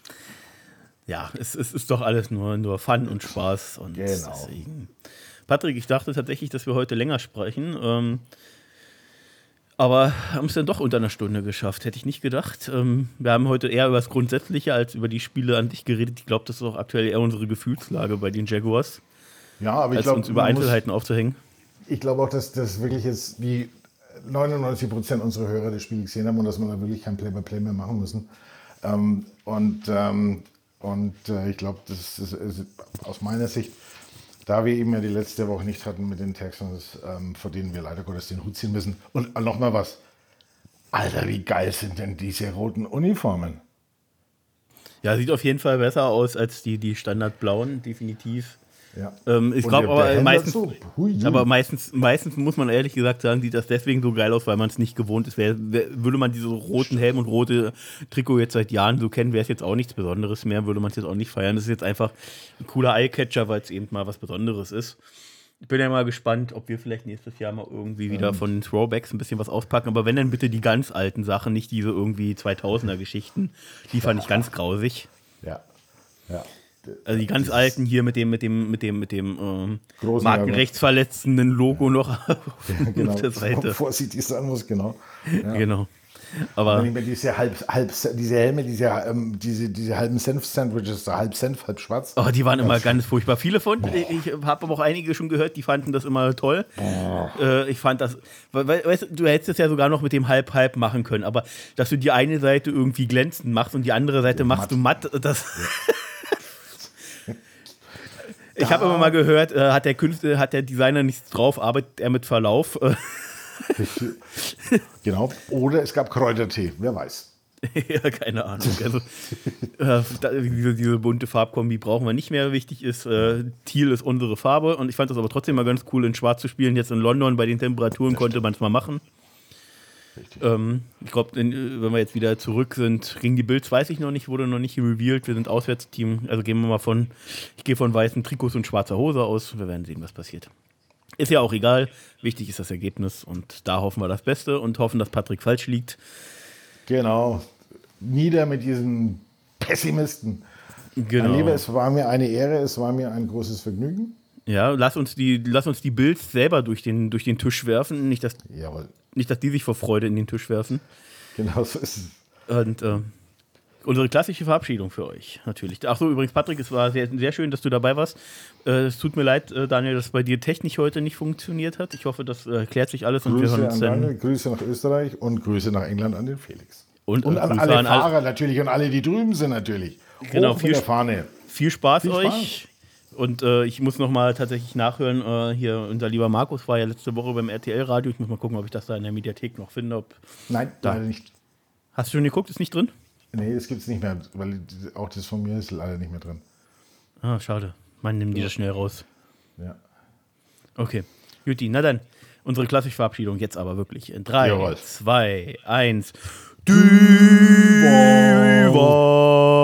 Ja, es, es ist doch alles nur, nur Fun und Spaß. Und genau. Deswegen. Patrick, ich dachte tatsächlich, dass wir heute länger sprechen. Ähm, aber haben es dann doch unter einer Stunde geschafft. Hätte ich nicht gedacht. Ähm, wir haben heute eher über das Grundsätzliche als über die Spiele an sich geredet. Ich glaube, das ist auch aktuell eher unsere Gefühlslage bei den Jaguars. Ja, aber ich als glaube, uns über Einzelheiten muss, aufzuhängen. Ich glaube auch, dass das wirklich jetzt die neunundneunzig Prozent unserer Hörer das Spiel gesehen haben und dass wir da wirklich kein Play-by-Play mehr machen müssen. Ähm, und ähm, und äh, ich glaube, das ist, ist aus meiner Sicht, da wir eben ja die letzte Woche nicht hatten mit den Texans, ähm, vor denen wir leider Gottes den Hut ziehen müssen. Und äh, nochmal was. Alter, wie geil sind denn diese roten Uniformen? Ja, sieht auf jeden Fall besser aus als die, die standardblauen, definitiv. Ja. Ähm, ich glaube aber meistens, aber meistens, meistens muss man ehrlich gesagt sagen, sieht das deswegen so geil aus, weil man es nicht gewohnt ist. Wär, wär, würde man diese roten Helm und rote Trikot jetzt seit Jahren so kennen, wäre es jetzt auch nichts Besonderes mehr, würde man es jetzt auch nicht feiern. Das ist jetzt einfach ein cooler Eyecatcher, weil es eben mal was Besonderes ist. Ich bin ja mal gespannt, ob wir vielleicht nächstes Jahr mal irgendwie wieder von den Throwbacks ein bisschen was auspacken. Aber wenn, dann bitte die ganz alten Sachen, nicht diese irgendwie zweitausender-Geschichten. Die fand ich ganz grausig. Ja, ja. Also die ganz Dieses alten hier mit dem, mit dem, mit dem, mit dem ähm, markenrechtsverletzenden Logo noch auf ja, genau. der Seite. Vorsichtig sein muss, genau. Ja. Genau. Aber nicht mehr diese, halb, halb, diese Helme, diese, ähm, diese, diese halben Senf-Sandwiches, halb Senf, halb schwarz. Oh, die waren immer ganz furchtbar. Viele von, Boah. ich habe aber auch einige schon gehört, die fanden das immer toll. Äh, ich fand das, weißt du, du hättest es ja sogar noch mit dem Halb-Halb machen können, aber dass du die eine Seite irgendwie glänzend machst und die andere Seite ja, machst matt. du matt, das... Ja. Ich habe immer mal gehört, äh, hat der Künstler, hat der Designer nichts drauf, arbeitet er mit Verlauf. Genau. Oder es gab Kräutertee, wer weiß. Ja, keine Ahnung. Also, äh, da, diese, diese bunte Farbkombi brauchen wir nicht mehr. Wichtig ist, äh, Teal ist unsere Farbe und ich fand das aber trotzdem mal ganz cool, in Schwarz zu spielen. Jetzt in London bei den Temperaturen konnte man es mal machen. Ähm, ich glaube, wenn wir jetzt wieder zurück sind, gegen die Bills weiß ich noch nicht, wurde noch nicht revealed. Wir sind Auswärtsteam, also gehen wir mal von, ich gehe von weißen Trikots und schwarzer Hose aus. Wir werden sehen, was passiert. Ist ja auch egal, wichtig ist das Ergebnis und da hoffen wir das Beste und hoffen, dass Patrick falsch liegt. Genau, nieder mit diesen Pessimisten. Genau. Mein Lieber, es war mir eine Ehre, es war mir ein großes Vergnügen. Ja, lass uns die, lass uns die Bills selber durch den, durch den Tisch werfen, nicht dass, nicht, dass die sich vor Freude in den Tisch werfen. Genau so ist es. Und äh, unsere klassische Verabschiedung für euch, natürlich. Ach so, übrigens, Patrick, es war sehr, sehr schön, dass du dabei warst. Äh, es tut mir leid, äh, Daniel, dass bei dir technisch heute nicht funktioniert hat. Ich hoffe, das äh, klärt sich alles. Grüße und wir hören uns an Daniel, dann. Grüße nach Österreich und Grüße nach England an den Felix. Und, und äh, an Grüße alle an Fahrer all natürlich und alle, die drüben sind natürlich. Genau, Hoch viel, mit der Fahne. Viel Spaß viel euch. Spaß. Und äh, ich muss nochmal tatsächlich nachhören, äh, hier unser lieber Markus war ja letzte Woche beim R T L-Radio. Ich muss mal gucken, ob ich das da in der Mediathek noch finde. Ob Nein, da leider nicht. Hast du schon geguckt? Ist nicht drin? Nee, das gibt es nicht mehr, weil auch das von mir ist leider nicht mehr drin. Ah, schade. Man nimmt die das schnell raus. Ja. Okay, Juti, na dann, unsere klassische Verabschiedung jetzt aber wirklich in drei, zwei, eins. Die Wahl.